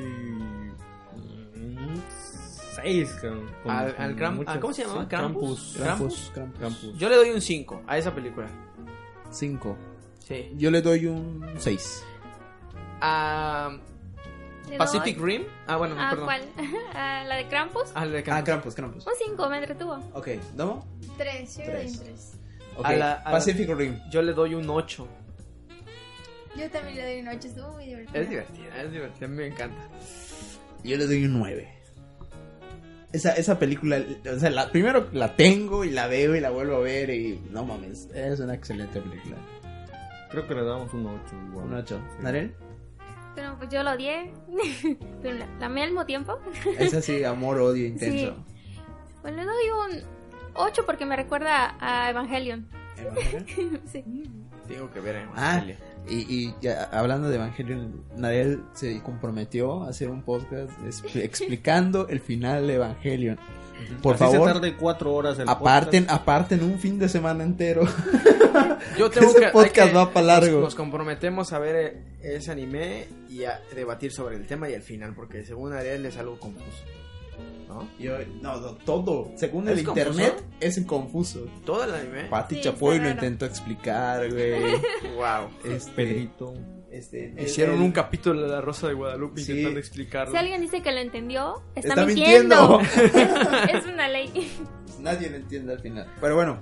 seis. Al- al Kram- ah, ¿cómo se llamaba? Krampus. Krampus, Krampus. Krampus. Yo le doy un cinco a esa película. Cinco. Sí. Yo le doy un seis. A Le Pacific doy- Rim. Ah, bueno, ¿A perdón. cuál? ¿A la de Krampus? Ah, la de Ah, Krampus. Krampus, Krampus. Un cinco, me entretuvo. Ok, ¿Domo? Tres, yo le doy un Tres. tres. Ok, A la- a la- Pacific Rim. Yo le doy un ocho. Yo también le doy un ocho, estuvo muy divertido. Es divertida, es divertida, a mí me encanta. Yo le doy un nueve. Esa, esa película, o sea, la, primero la tengo y la veo y la vuelvo a ver y no mames, es una excelente película. Creo que le damos un ocho igual. Un ocho. Sí. ¿Narel? Pero pues yo lo odié. Pero la, la amé al mismo tiempo. Es así, amor, odio intenso. Pues le doy un ocho porque me recuerda a Evangelion. Sí. Tengo que ver Ah, Evangelio. y, y ya hablando de Evangelion, Narel se comprometió a hacer un podcast expl- explicando el final de Evangelion. Por Así se favor, tarde cuatro horas el aparten, podcast. aparten un fin de semana entero. Yo tengo Ese que, hay podcast que- va pa' largo. Nos, nos comprometemos a ver eh, ese anime y a debatir sobre el tema y el final, porque según Ariel es algo confuso. ¿No? Yo, no, no, todo, según ¿Es el confuso? internet, es confuso. Todo el anime. Pati Sí, Chapoy está lo raro. intentó explicar, güey. Wow. Este, Pedrito. este, Hicieron el- un capítulo de La Rosa de Guadalupe Sí. intentando explicarlo. Si alguien dice que lo entendió, está, Está mintiendo. mintiendo. Es una ley. Nadie lo entiende al final. Pero bueno,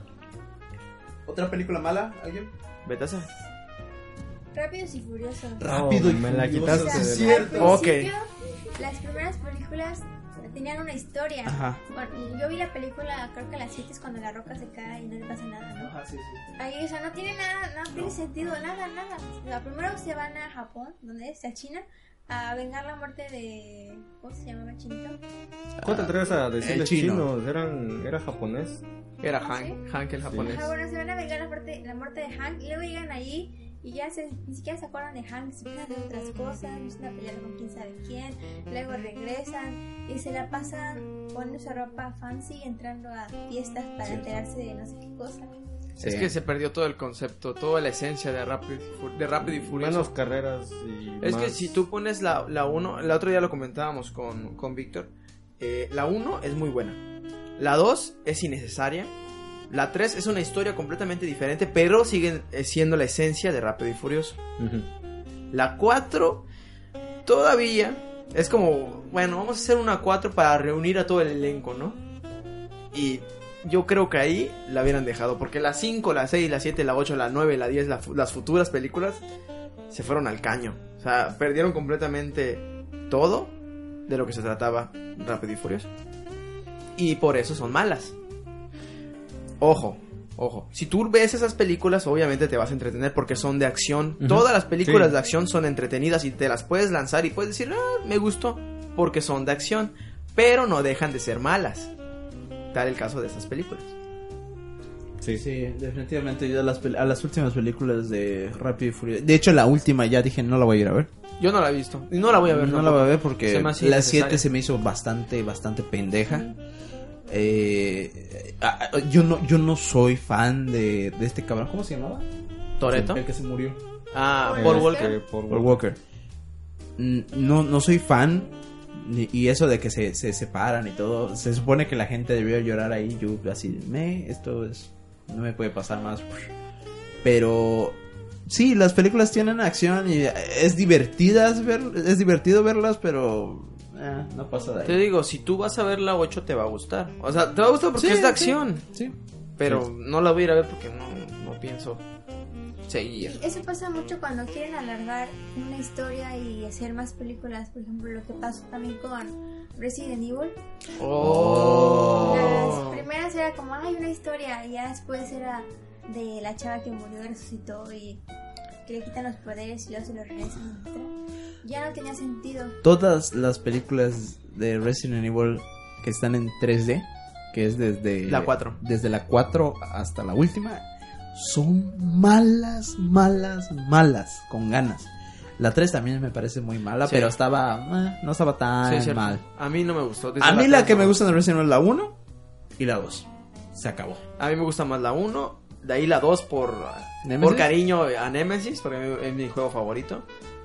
¿otra película mala? ¿Alguien? Betasa. Rápidos y Furiosos. Rápido y me la Furioso, quitaste sí es de- cierto. Al Ok. principio, las primeras películas tenían una historia. Ajá. Bueno, yo vi la película, creo que a las siete es cuando la roca se cae y no le pasa nada, ¿no? Ajá, sí, sí. Ahí, o sea, no tiene nada, no tiene sentido, nada, nada. O sea, primero se van a Japón, ¿dónde es? A China, a vengar la muerte de... ¿Cómo se llamaba el chinito? ¿Cómo te atreves a decirles el chino. chinos? Eran, era japonés. Era ¿Ah, Hank, sí? Hank el japonés. Ah, bueno, se van a vengar la muerte, la muerte de Hank y luego llegan allí y ya se, ni siquiera se acuerdan de Hank, se empiezan a hacer otras cosas, empiezan a pelear con quién sabe quién, luego regresan y se la pasan poniéndose ropa fancy, entrando a fiestas para enterarse de no sé qué cosa. Sí. Es que se perdió todo el concepto, toda la esencia de Rápido y, Fu- de Rápido y Furioso. Menos carreras y Es que más- si tú pones la, la uno, el otro día lo comentábamos con, con Víctor, eh, la uno es muy buena, la dos es innecesaria, la tres es una historia completamente diferente, pero sigue eh, siendo la esencia de Rápido y Furioso. Ujú. La cuatro todavía es como, bueno, vamos a hacer una cuatro para reunir a todo el elenco, ¿no? Y yo creo que ahí la hubieran dejado, porque la cinco, la seis, la siete, la ocho, la nueve, la diez, la fu- las futuras películas se fueron al caño. O sea, perdieron completamente todo de lo que se trataba Rápido y Furioso. Y por eso son malas. Ojo, ojo. Si tú ves esas películas, obviamente te vas a entretener porque son de acción. Ujú. Todas las películas Sí. de acción son entretenidas y te las puedes lanzar y puedes decir, ah, me gustó, porque son de acción. Pero no dejan de ser malas. Tal el caso de esas películas. Sí. Sí, definitivamente yo a las, pel- a las últimas películas de Rápido y Furioso. De hecho, la última ya dije no la voy a ir a ver. Yo no la he visto. Y no la voy a ver. No la tampoco. voy a ver porque Se me hace la innecesaria. siete se me hizo bastante, bastante pendeja. Eh, ah, ah, yo no, yo no soy fan de, de este cabrón. ¿Cómo se llamaba? ¿Toretto? El que se murió. Ah, Paul Paul Walker. Walker. Este, Paul Paul Walker. Walker. Mm, No, no soy fan. ni- Y eso de que se, se separan y todo. Se supone que la gente debió llorar ahí. Yo así, me, esto es. No me puede pasar más. Pero sí, las películas tienen acción y es divertidas ver, es divertido verlas, pero eh, no pasa de ahí. Te digo, si tú vas a ver la ocho te va a gustar. O sea, te va a gustar porque Sí, es de sí. acción. Sí. Pero no la voy a ir a ver porque no, no pienso seguir. Y eso pasa mucho cuando quieren alargar una historia y hacer más películas. Por ejemplo, lo que pasó también con Resident Evil. Oh. Las primeras era como, hay una historia, y ya después era de la chava que murió y resucitó y que le quitan los poderes y luego se los regresan. Ya no tenía sentido. Todas las películas de Resident Evil que están en tres D, que es desde La cuatro. desde la cuatro hasta la última, son malas, malas, malas, con ganas. La tres también me parece muy mala, Sí. pero estaba eh, no estaba tan Sí, es cierto. mal. A mí no me gustó. Desde A mí la tres que no. me gusta de Resident Evil es la uno y la dos. Se acabó. A mí me gusta más la uno, de ahí la dos por, ¿Nemesis? por cariño a Nemesis, porque es mi juego favorito.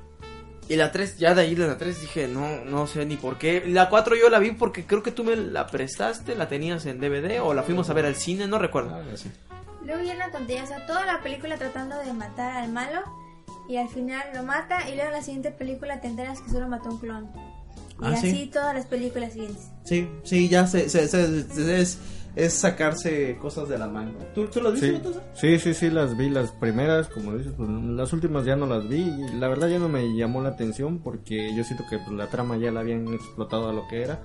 Y la tres, ya de ahí de la tres dije, no, no sé ni por qué. La cuatro yo la vi porque creo que tú me la prestaste, la tenías en D V D o la fuimos a ver al cine, no recuerdo. Luego ya una tontería, o sea, toda la película tratando de matar al malo y al final lo mata y luego en la siguiente película te enteras que solo mató un clon. Y Ah, así ¿sí? todas las películas siguientes. Sí, sí, ya se, se, se- se- es, es sacarse cosas de la manga. ¿Tú, tú lo viste, Sí, Matosa? sí, sí, sí, las vi, las primeras, como dices, pues las últimas ya no las vi y la verdad ya no me llamó la atención porque yo siento que pues, la trama ya la habían explotado a lo que era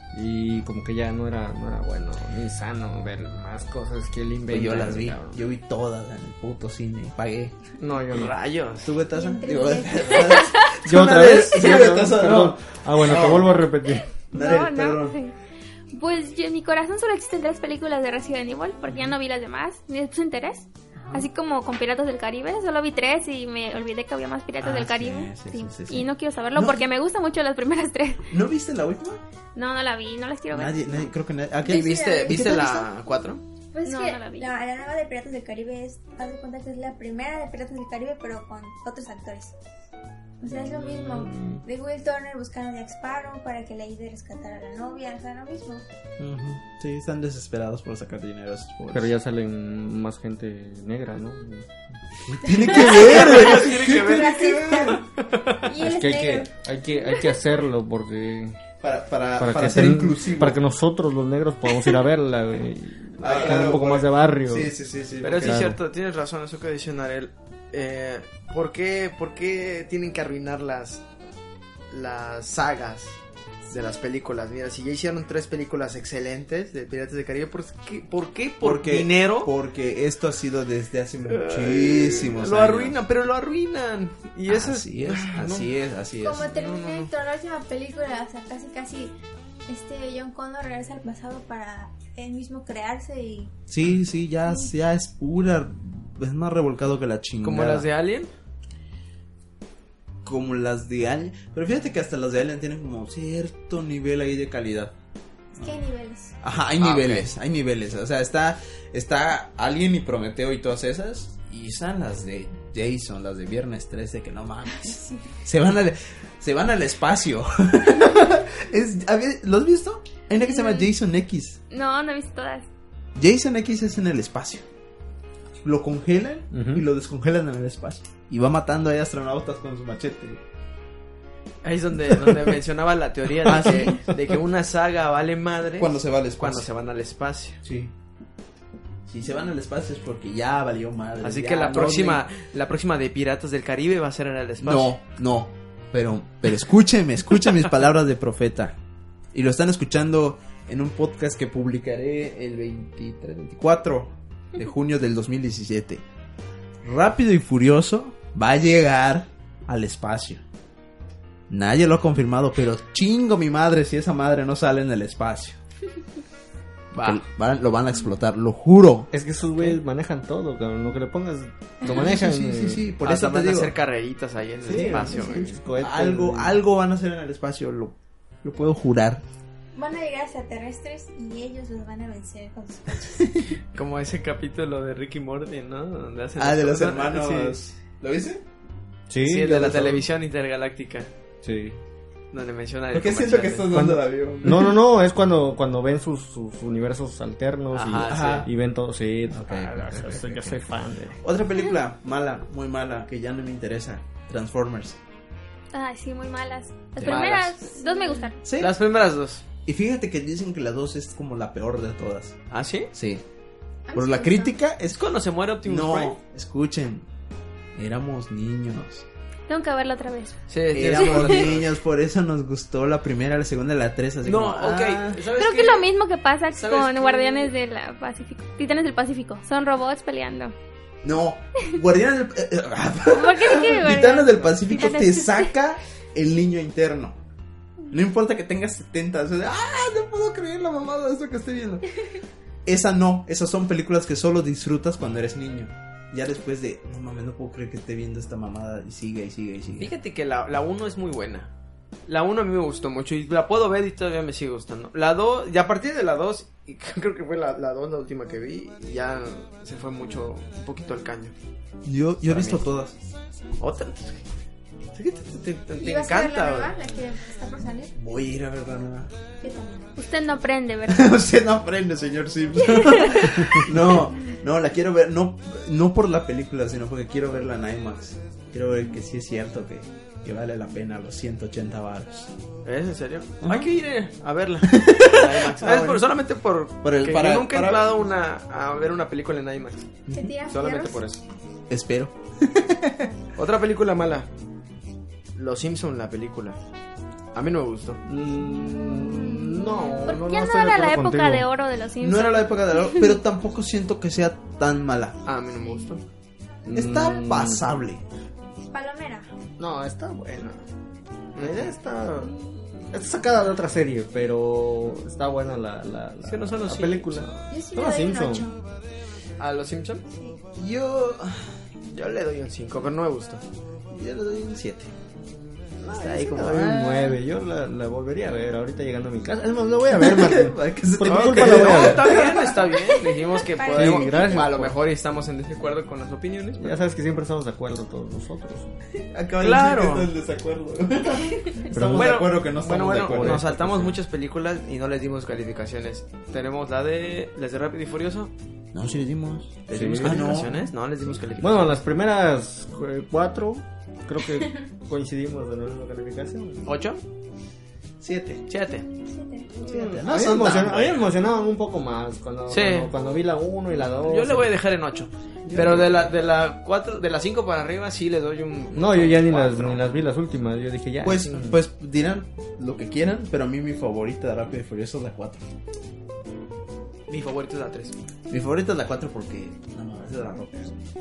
y como que ya no era, no era bueno ni sano ver más cosas que él inventa. Pues yo las vi, cabrón. yo vi todas en el puto cine, pagué. No, yo no. Rayos. ¿Tú, Betaza? Bien Digo, triste. ¿Yo otra vez? Sí, Sí, otra vez, Betaza, perdón. no. Ah, bueno, te No. vuelvo a repetir. Dale, No, no. perdón. Pues yo, en mi corazón solo existen tres películas de Resident Evil, porque ya no vi las demás, ni les puse interés. Así como con Piratas del Caribe, solo vi tres y me olvidé que había más Piratas Ah, del sí, Caribe. sí, Sí. sí, sí, sí. Y no quiero saberlo No. porque me gustan mucho las primeras tres. ¿No viste la última? No, no la vi, no las quiero ver. Nadie, nadie, creo que nadie. ¿A ¿Y qué? viste, ¿Qué viste tal la cuatro? Pues No, es que no la vi. la, la nueva de Piratas del Caribe es, haz de cuenta que es la primera de Piratas del Caribe, pero con otros actores. O sea, es lo mismo. De Will Turner buscando a Jack Sparrow para que le ayude a rescatar a la novia, o sea, lo mismo. Ujú. Sí, están desesperados por sacar dinero a esos pobres. Pero ya salen más gente negra, ¿no? Tiene que ver, güey. Tiene que ver. Racista. Y él Es es que hay negro. que, hay que, hay que hacerlo porque Para, para, para, para que ser ten- inclusivo. para que nosotros los negros podamos ir a verla, güey. Ah, Con claro, un poco güey. más de barrio. Sí, sí, sí, sí. Pero sí Claro. es cierto, tienes razón, eso que dice Narel. Eh, ¿por, qué, ¿Por qué tienen que arruinar las, las sagas de las películas? Mira, si ya hicieron tres películas excelentes de Piratas del Caribe, ¿por qué? ¿Por, qué? ¿Por Porque- dinero? Porque esto ha sido desde hace muchísimos Lo años. arruinan, pero lo arruinan. Y eso Así es, Ah, no. así es, así es. Como no, no. Terminator, la última película, o sea, casi casi este John Connor regresa al pasado para él mismo crearse y Sí, sí, ya, ya es pura. Es más revolcado que la chingada. Como las de Alien. Como las de Alien. Pero fíjate que hasta las de Alien tienen como cierto nivel ahí de calidad. es que hay niveles. Ajá, hay Ah, niveles, hay niveles. O sea, está, está Alien y Prometeo y todas esas. Y están las de Jason, las de Viernes trece, que no mames. Se van al, se van al espacio. es, a ver, ¿lo has visto? Hay una que se llama Jason X. No, no he visto todas. Jason X es en el espacio. Lo congelan Ujú. y lo descongelan en el espacio. Y va matando a astronautas con su machete. Ahí es donde, donde mencionaba la teoría de, Ah, que, de que una saga vale madre Cuando se va al espacio. cuando se van al espacio. Sí. Si se van al espacio es porque ya valió madre. Así ya que la no próxima, la próxima de Piratas del Caribe va a ser en el espacio. No, no. Pero, pero escúchenme, escuchen mis palabras de profeta. Y lo están escuchando en un podcast que publicaré el veintitrés, veinticuatro de junio del dos mil diecisiete. Rápido y Furioso va a llegar al espacio. Nadie lo ha confirmado, pero chingo mi madre si esa madre no sale en el espacio. Va. Que van- lo van a explotar, lo juro. Es que esos güeyes manejan todo, cabrón. Lo que le pongas, lo manejan. Sí, sí, sí, sí, por Hasta eso te van a digo. hacer carreritas ahí en el Sí, espacio. sí, güey. sí, cohetes, Algo, güey. algo van a hacer en el espacio, lo, lo puedo jurar. Van a llegar extraterrestres y ellos los van a vencer con sus coches. Como ese capítulo de Ricky Morty, ¿no? Donde hacen Ah, de los cosas. hermanos. Sí, ¿Lo viste? Sí, Sí, ya de la lo sabes. televisión intergaláctica. Sí. Donde menciona el ¿Por qué siento que comercial estás de- dando el avión? No, no, no, es cuando, cuando ven sus, sus universos alternos y, Ajá, sí. y ven todo. Sí, Ok, ah, ok, yo ok, soy- yo ok. soy fan de. Otra película mala, muy mala, que ya no me interesa. Transformers. Ay, sí, muy malas. Las Sí. primeras dos me gustaron. ¿Sí? Las primeras dos. Y fíjate que dicen que la dos es como la peor de todas. ¿Ah, sí? Sí. A mí Pero sí la me crítica ¿Es es... cuando se muere Optimus Prime? No, escuchen. Éramos niños. Tengo que verla otra vez. Sí, Éramos tienes- niños, por eso nos gustó la primera, la segunda y la tres. Así No, como, ok. ah, ¿Sabes Creo qué? que es lo mismo que pasa ¿Sabes con qué? Guardianes del Pacífico. Titanes del Pacífico. Son robots peleando. No, Guardianes del... eh, eh, ¿Por qué dije Guardianes? Titanes del Pacífico Titanes- te saca el niño interno. No importa que tengas setenta. O sea, ah, no puedo creer la mamada de esto que estoy viendo. Esa no, esas son películas que solo disfrutas cuando eres niño. Ya después de, no mames, no puedo creer que esté viendo esta mamada y sigue y sigue y sigue. Fíjate que la, la uno es muy buena. La uno a mí me gustó mucho y la puedo ver y todavía me sigue gustando. La dos, y a partir de la dos, y creo que fue la, la dos la última que vi, y ya se fue mucho, un poquito al caño. Yo, yo he Para visto mí. todas. Otra. Te, te- te- te ¿Y vas a ver la encanta, nueva? güey. La que está por salir. Voy a ir a ver la nueva. Yo también. Usted no aprende, ¿verdad? Usted no aprende, señor Sims. No, no, la quiero ver, no, no por la película, sino porque quiero verla en IMAX. Quiero ver que sí es cierto que, que vale la pena los ciento ochenta baros. ¿Es en serio? Hay que ir eh, a verla. A IMAX. Ah, Es por- bueno. solamente por, Por el- que para- yo nunca he para- entrado una, a ver una película en IMAX. ¿Te tiras Solamente fierros? por eso. Espero. Otra película mala. Los Simpson, la película. A mí no me gustó. Mm, no, ¿Por no, qué no no, estoy de era la acuerdo época contigo. de oro de los Simpsons? No era la época de oro, pero tampoco siento que sea tan mala. A mí no me gustó. Está Mm. pasable. Palomera. No, está buena. La idea está... Está sacada de otra serie, pero está buena la, la, la, Es que no son los la Simpsons. película. Yo sí Son le los doy un Simpsons. ocho. ¿A los Simpson? Yo, Yo le doy un cinco, pero no me gustó. yo le doy un siete. Está ahí ahí como, como un ah. nueve. Yo la, la volvería a ver ahorita llegando a mi casa. Es más, la voy a ver, Martín. Para que se Por te mi quede. culpa la voy a No, ver. está bien, está bien. Dijimos que Sí, podemos. gracias A lo por- mejor estamos en desacuerdo con las opiniones. Ya sabes que siempre estamos de acuerdo todos nosotros. Acaba de Claro. decir que está en desacuerdo. Estamos Bueno, de acuerdo que no estamos bueno, bueno, de acuerdo. nos saltamos muchas películas y no les dimos calificaciones. Tenemos la de las de Rápido y Furioso. No, sí le dimos. ¿Les Sí. dimos Ah, calificaciones? no. les dimos calificaciones. Bueno, las primeras eh, cuatro, creo que coincidimos en la misma calificación. ¿Ocho? Siete. Siete. Siete. Siete. A No mí son me tan emociona- a mí me buenas. emocionaban un poco más cuando, Sí. cuando, cuando vi la uno y la dos. Yo le voy a dejar en ocho. Pero de la de la cuatro, de la cinco para arriba sí le doy un. No, yo ya ni las, cuatro. ni las vi las últimas. Yo dije ya. Pues, pues dirán lo que quieran, pero a mí mi favorita de Rápido y Furioso es la cuatro. Mi favorito es la tres. Mi favorita es la cuatro porque no mames, es de la roca.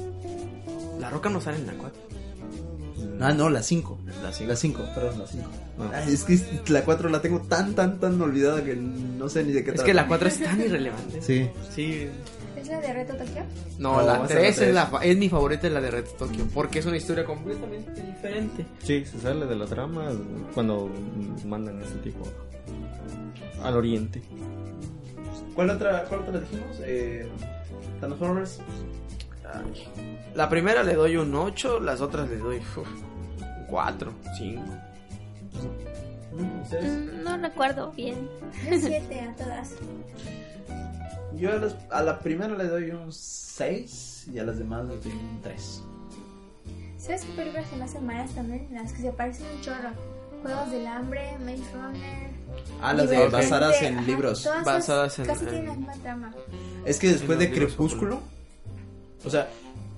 La Roca no sale en la cuatro. Ah, no, la cinco. La cinco. La cinco, perdón, la cinco. Ah. Ay, es que la cuatro la tengo tan, tan, tan olvidada que no sé ni de qué Es trata. que la cuatro es tan irrelevante. Sí. Sí. ¿Es la de Reto Tokio? No, No, la esa es la tres tres. es, la, fa- es mi favorita, es la de Reto Tokio. Porque es una historia completamente diferente. Sí, se sale de la trama cuando mandan a ese tipo al oriente. ¿Cuál otra, cuál otra dijimos? Eh, Transformers. Ay. La primera le doy un ocho, las otras le doy uf, un cuatro, cinco. ¿Ustedes? Mm, No recuerdo bien. Yo siete a todas. Yo a, los- a la primera le doy un seis y a las demás le doy un tres. ¿Sabes qué películas se me hacen malas también? Las que se parecen un chorro. Juegos del Hambre, Maze Runner. Ah, las de Divergente, basadas en ajá, libros. todas esas Basadas en- Casi en- tienen la misma trama. Es que después En de los libros Crepúsculo, o sea,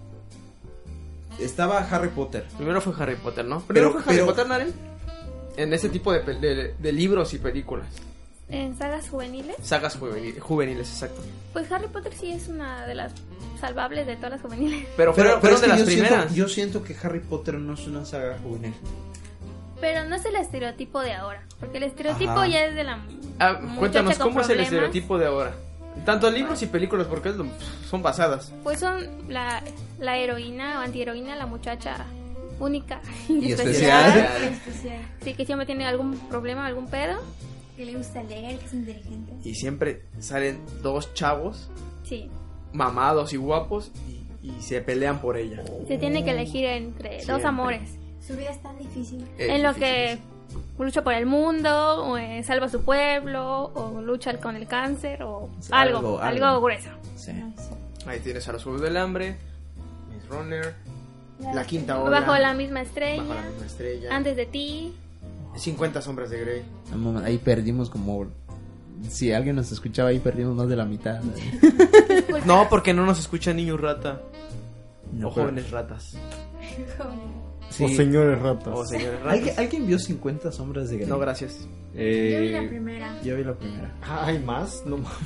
estaba Harry Potter. Primero fue Harry Potter, ¿no? Primero Pero- fue Harry pero- Potter, Naren. En ese tipo de, pel- de, de libros y películas. En sagas juveniles, Sagas juvenil- juveniles, exacto. pues Harry Potter sí es una de las salvables de todas las juveniles. Pero, Pero, fueron, pero fueron es de que las yo primeras. siento, yo siento que Harry Potter no es una saga juvenil. Pero no es el estereotipo de ahora, porque el estereotipo Ajá. ya es de la Ah, muchacha cuéntanos, con ¿cómo es el problemas. estereotipo de ahora? Tanto libros y películas, porque es lo- son basadas. Pues son la, la heroína o antiheroína, la muchacha única Y especial. especial. Especial. Sí, que siempre tiene algún problema, algún pedo. Que le gusta leer, que es inteligente. Y siempre salen dos chavos Sí, mamados y guapos y, y se pelean por ella. se tiene que elegir entre Siempre. dos amores. Su vida es tan difícil. Es en lo difícil. que lucha por el mundo, o eh, salva a su pueblo, o lucha con el cáncer, o algo, Algo, algo, algo. grueso. Sí. Ay, sí. Ahí tienes a los Juegos del Hambre, Miss Runner, La Quinta Ola, Bajo la misma estrella, Bajo la misma estrella, antes de ti. cincuenta sombras de Grey. No, mames, ahí perdimos como... Si alguien nos escuchaba ahí perdimos más de la mitad. Pues, No, porque no nos escucha Niño Rata No, o pero- Jóvenes Ratas. Sí. O señores ratas. O señores ratas. ¿Alguien, ¿Alguien vio cincuenta sombras de Grey? No, gracias. Eh, Yo vi la primera. Yo vi la primera. ¿Hay más? No más.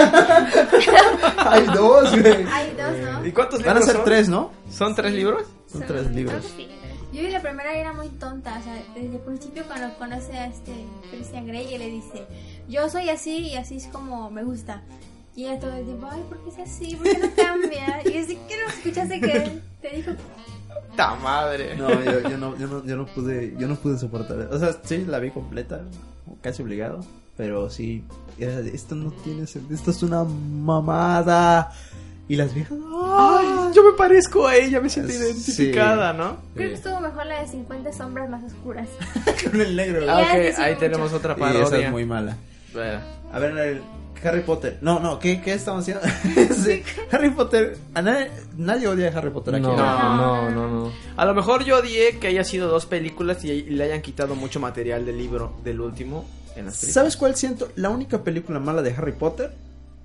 Hay dos, güey. Hay dos, ¿no? ¿Y cuántos Van a libros ser son? tres, ¿no? ¿Son tres libros? Son tres libros. Creo que sí. Yo vi la primera y era muy tonta, o sea, desde el principio cuando conoce a este Christian Grey, él le dice, yo soy así y así es como me gusta. Y ella todo el tiempo, ay, ¿por qué es así? ¿Por qué no cambia? Y así que no escuchaste que te dijo, ¡Ta madre! No, yo, yo no, yo no, yo no pude, yo no pude soportar. O sea, sí, la vi completa, casi obligado, pero sí, era de, esto no tiene sentido, esto es una mamada. Y las viejas, ¡Ay! Yo me parezco a ella, me siento Sí. identificada, ¿no? creo que estuvo mejor la de cincuenta sombras más oscuras. con el negro. Ah, Ya ok, decía ahí mucho. tenemos otra Y parodia. esa es muy mala. Bueno. A ver, el Harry Potter. No, no, ¿qué, qué estamos haciendo? Sí, Harry Potter. A nadie, nadie odia a Harry Potter aquí. No, No. no, no, no. A lo mejor yo odié que haya sido dos películas y le hayan quitado mucho material del libro del último en las películas. ¿Sabes cuál siento? La única película mala de Harry Potter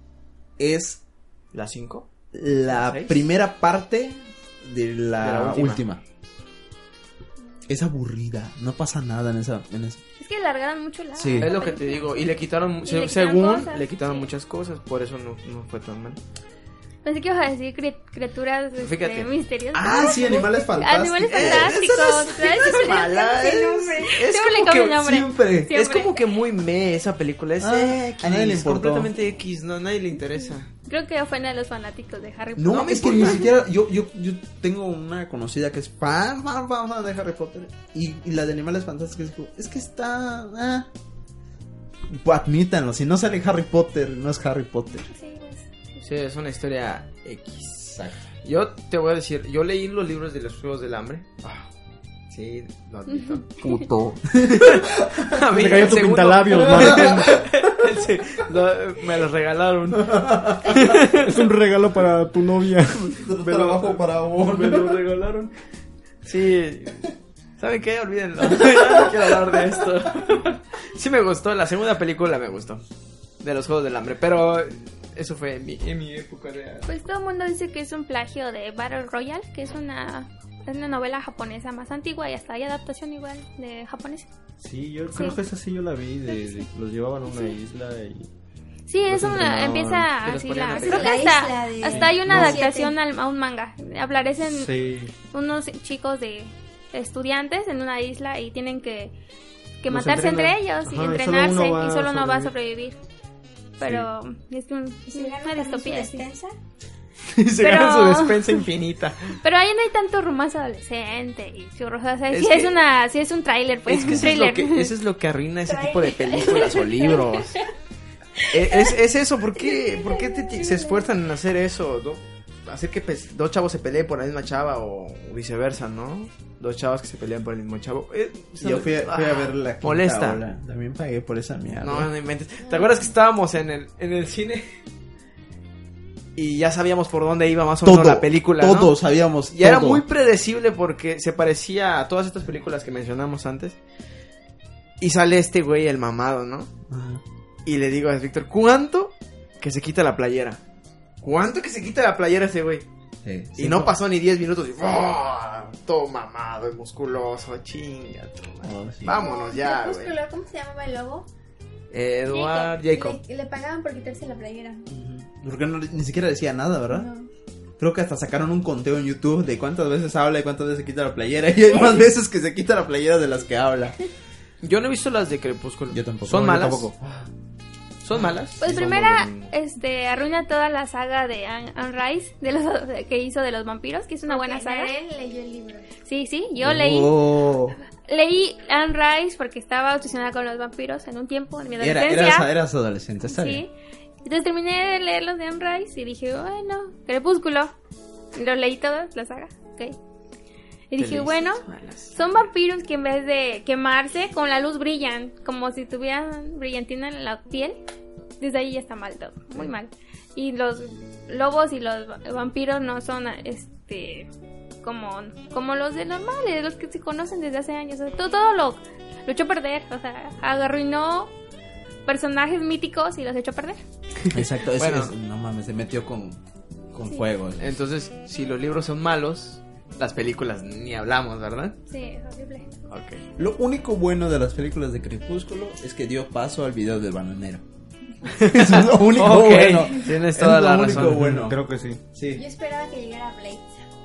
es ¿La cinco? la ¿Seis? primera parte de la, De la última. última. Es aburrida, no pasa nada en esa, en esa. Es que largaron mucho la. Sí. Es lo que te digo. Y le quitaron, Y se- le quitaron según, cosas, le quitaron sí. muchas cosas. Por eso no, no fue tan mal. Pensé que ibas a decir cri- criaturas este, Fíjate. misteriosas. Ah, sí, animales fantásticos. Animales Eh, fantásticos. esa no es- ¿Sabes? no es mala, El es- nombre. es Siempre le como cambio que el nombre. siempre. Siempre. Es como que muy me esa película. Es Ah, X, a nadie le importó. completamente X. No, a nadie le interesa. Creo que ofende a los fanáticos de Harry Potter. No, No me es que ni importa. siquiera. Yo, yo, yo tengo una conocida que es fan, fan, fan, fan de Harry Potter. Y, y la de Animales Fantásticos. dijo, Es que está. Ah. Pues admítanlo, si no sale Harry Potter, no es Harry Potter. Sí, pues. Sí, es una historia X. Exacto. Yo te voy a decir, yo leí los libros de los Juegos del Hambre. Ah, sí, lo admito. Puto. A mí, Se cayó el tu segundo- pintalabios, man. Sí, lo- me los regalaron. Es un regalo para tu novia. Trabajo para vos. Me lo regalaron. Sí. ¿Saben qué? Olvídenlo. Ya no quiero hablar de esto. Sí me gustó. La segunda película me gustó. De los Juegos del Hambre. Pero eso fue en mi, en mi época real. Pues todo el mundo dice que es un plagio de Battle Royale, que es una, es una novela japonesa más antigua y hasta hay adaptación igual de japonés. Sí, yo creo Sí. que esa sí yo la vi. De, de- los llevaban a una isla y. Sí, es Los una, entrenaban. empieza Y los así ponían la, a creo pelear. que La hasta, isla de- hasta hay una No. adaptación al- a un manga. Aparecen Sí. unos chicos de estudiantes en una isla y tienen que, que Los matarse entrenan. entre ellos y Ajá, y solo entrenarse uno va y solo a uno va a sobrevivir. sobrevivir. Pero es, un, ¿Y es se gana una también su distopía. Sí. despensa? Y se Pero- ganan su despensa infinita. Pero ahí no hay tanto romance adolescente y churros. O sea, Es sí que- es una, sí es un tráiler, pues, Es que un eso es, lo tráiler. que, eso es lo que arruina ese tipo de películas o libros. Es, es, es eso, ¿por qué, por qué te- se esfuerzan en hacer eso? ¿no? Hacer que pues, dos chavos se peleen por la misma chava o viceversa, ¿no? Dos chavas que se pelean por el mismo chavo. Eh, Yo fui, a- fui a ver la quinta Molesta. ola. También pagué por esa mierda. No, no inventes. ¿Te acuerdas que estábamos en el, en el cine? Y ya sabíamos por dónde iba más o menos todo, la película, ¿no? Todos sabíamos. Y era todo. muy predecible porque se parecía a todas estas películas que mencionamos antes. Y sale este güey, el mamado, ¿no? Ajá. Y le digo a Víctor, ¿cuánto que se quita la playera? ¿Cuánto que se quita la playera ese güey? Sí, Y sí, no fue- pasó ni diez minutos y ¡oh! Todo mamado y musculoso, chinga. tu madre. Oh, sí. Vámonos ya, güey. Crepúsculo, ¿cómo se llamaba el lobo? Edward Jacob. Le, le pagaban por quitarse la playera. Porque no- ni siquiera decía nada, ¿verdad? No. Creo que hasta sacaron un conteo en YouTube de cuántas veces habla y cuántas veces se quita la playera. Y hay más veces que se quita la playera de las que habla. Yo no he visto las de Crepúsculo. Yo tampoco. ¿Son No, yo malas? tampoco. ¿Son malas? Pues Son primera, muy bien. este, arruina toda la saga de Anne, Anne Rice, de los, que hizo de los vampiros, que es una buena Porque saga. Narel leyó el libro. Sí, sí, yo leí, Oh. leí Anne Rice porque estaba obsesionada con los vampiros en un tiempo, en mi Era, adolescencia. eras, eras adolescente, está Sí. bien. Entonces terminé de leer los de Anne Rice y dije, bueno, Crepúsculo. Y los leí todos, la saga, ok. Y dije, leíste bueno, malas. son vampiros que en vez de quemarse, con la luz brillan, como si tuvieran brillantina en la piel. Desde ahí ya está mal todo, muy mal. Y los lobos y los va- vampiros no son, este, como, como los de normales, los que se conocen desde hace años. O sea, todo, todo lo, lo echó a perder, o sea, arruinó personajes míticos y los echó a perder. Exacto, es, Bueno. es- no mames, se metió con, con fuego. Entonces, si los libros son malos, Las películas ni hablamos, ¿verdad? Sí, es horrible. Ok. Lo único bueno de las películas de Crepúsculo es que dio paso al video del bananero. Eso es lo único Ok, bueno. tienes Es toda lo la único razón. bueno. Creo que sí. Sí. Yo esperaba que llegara Blade.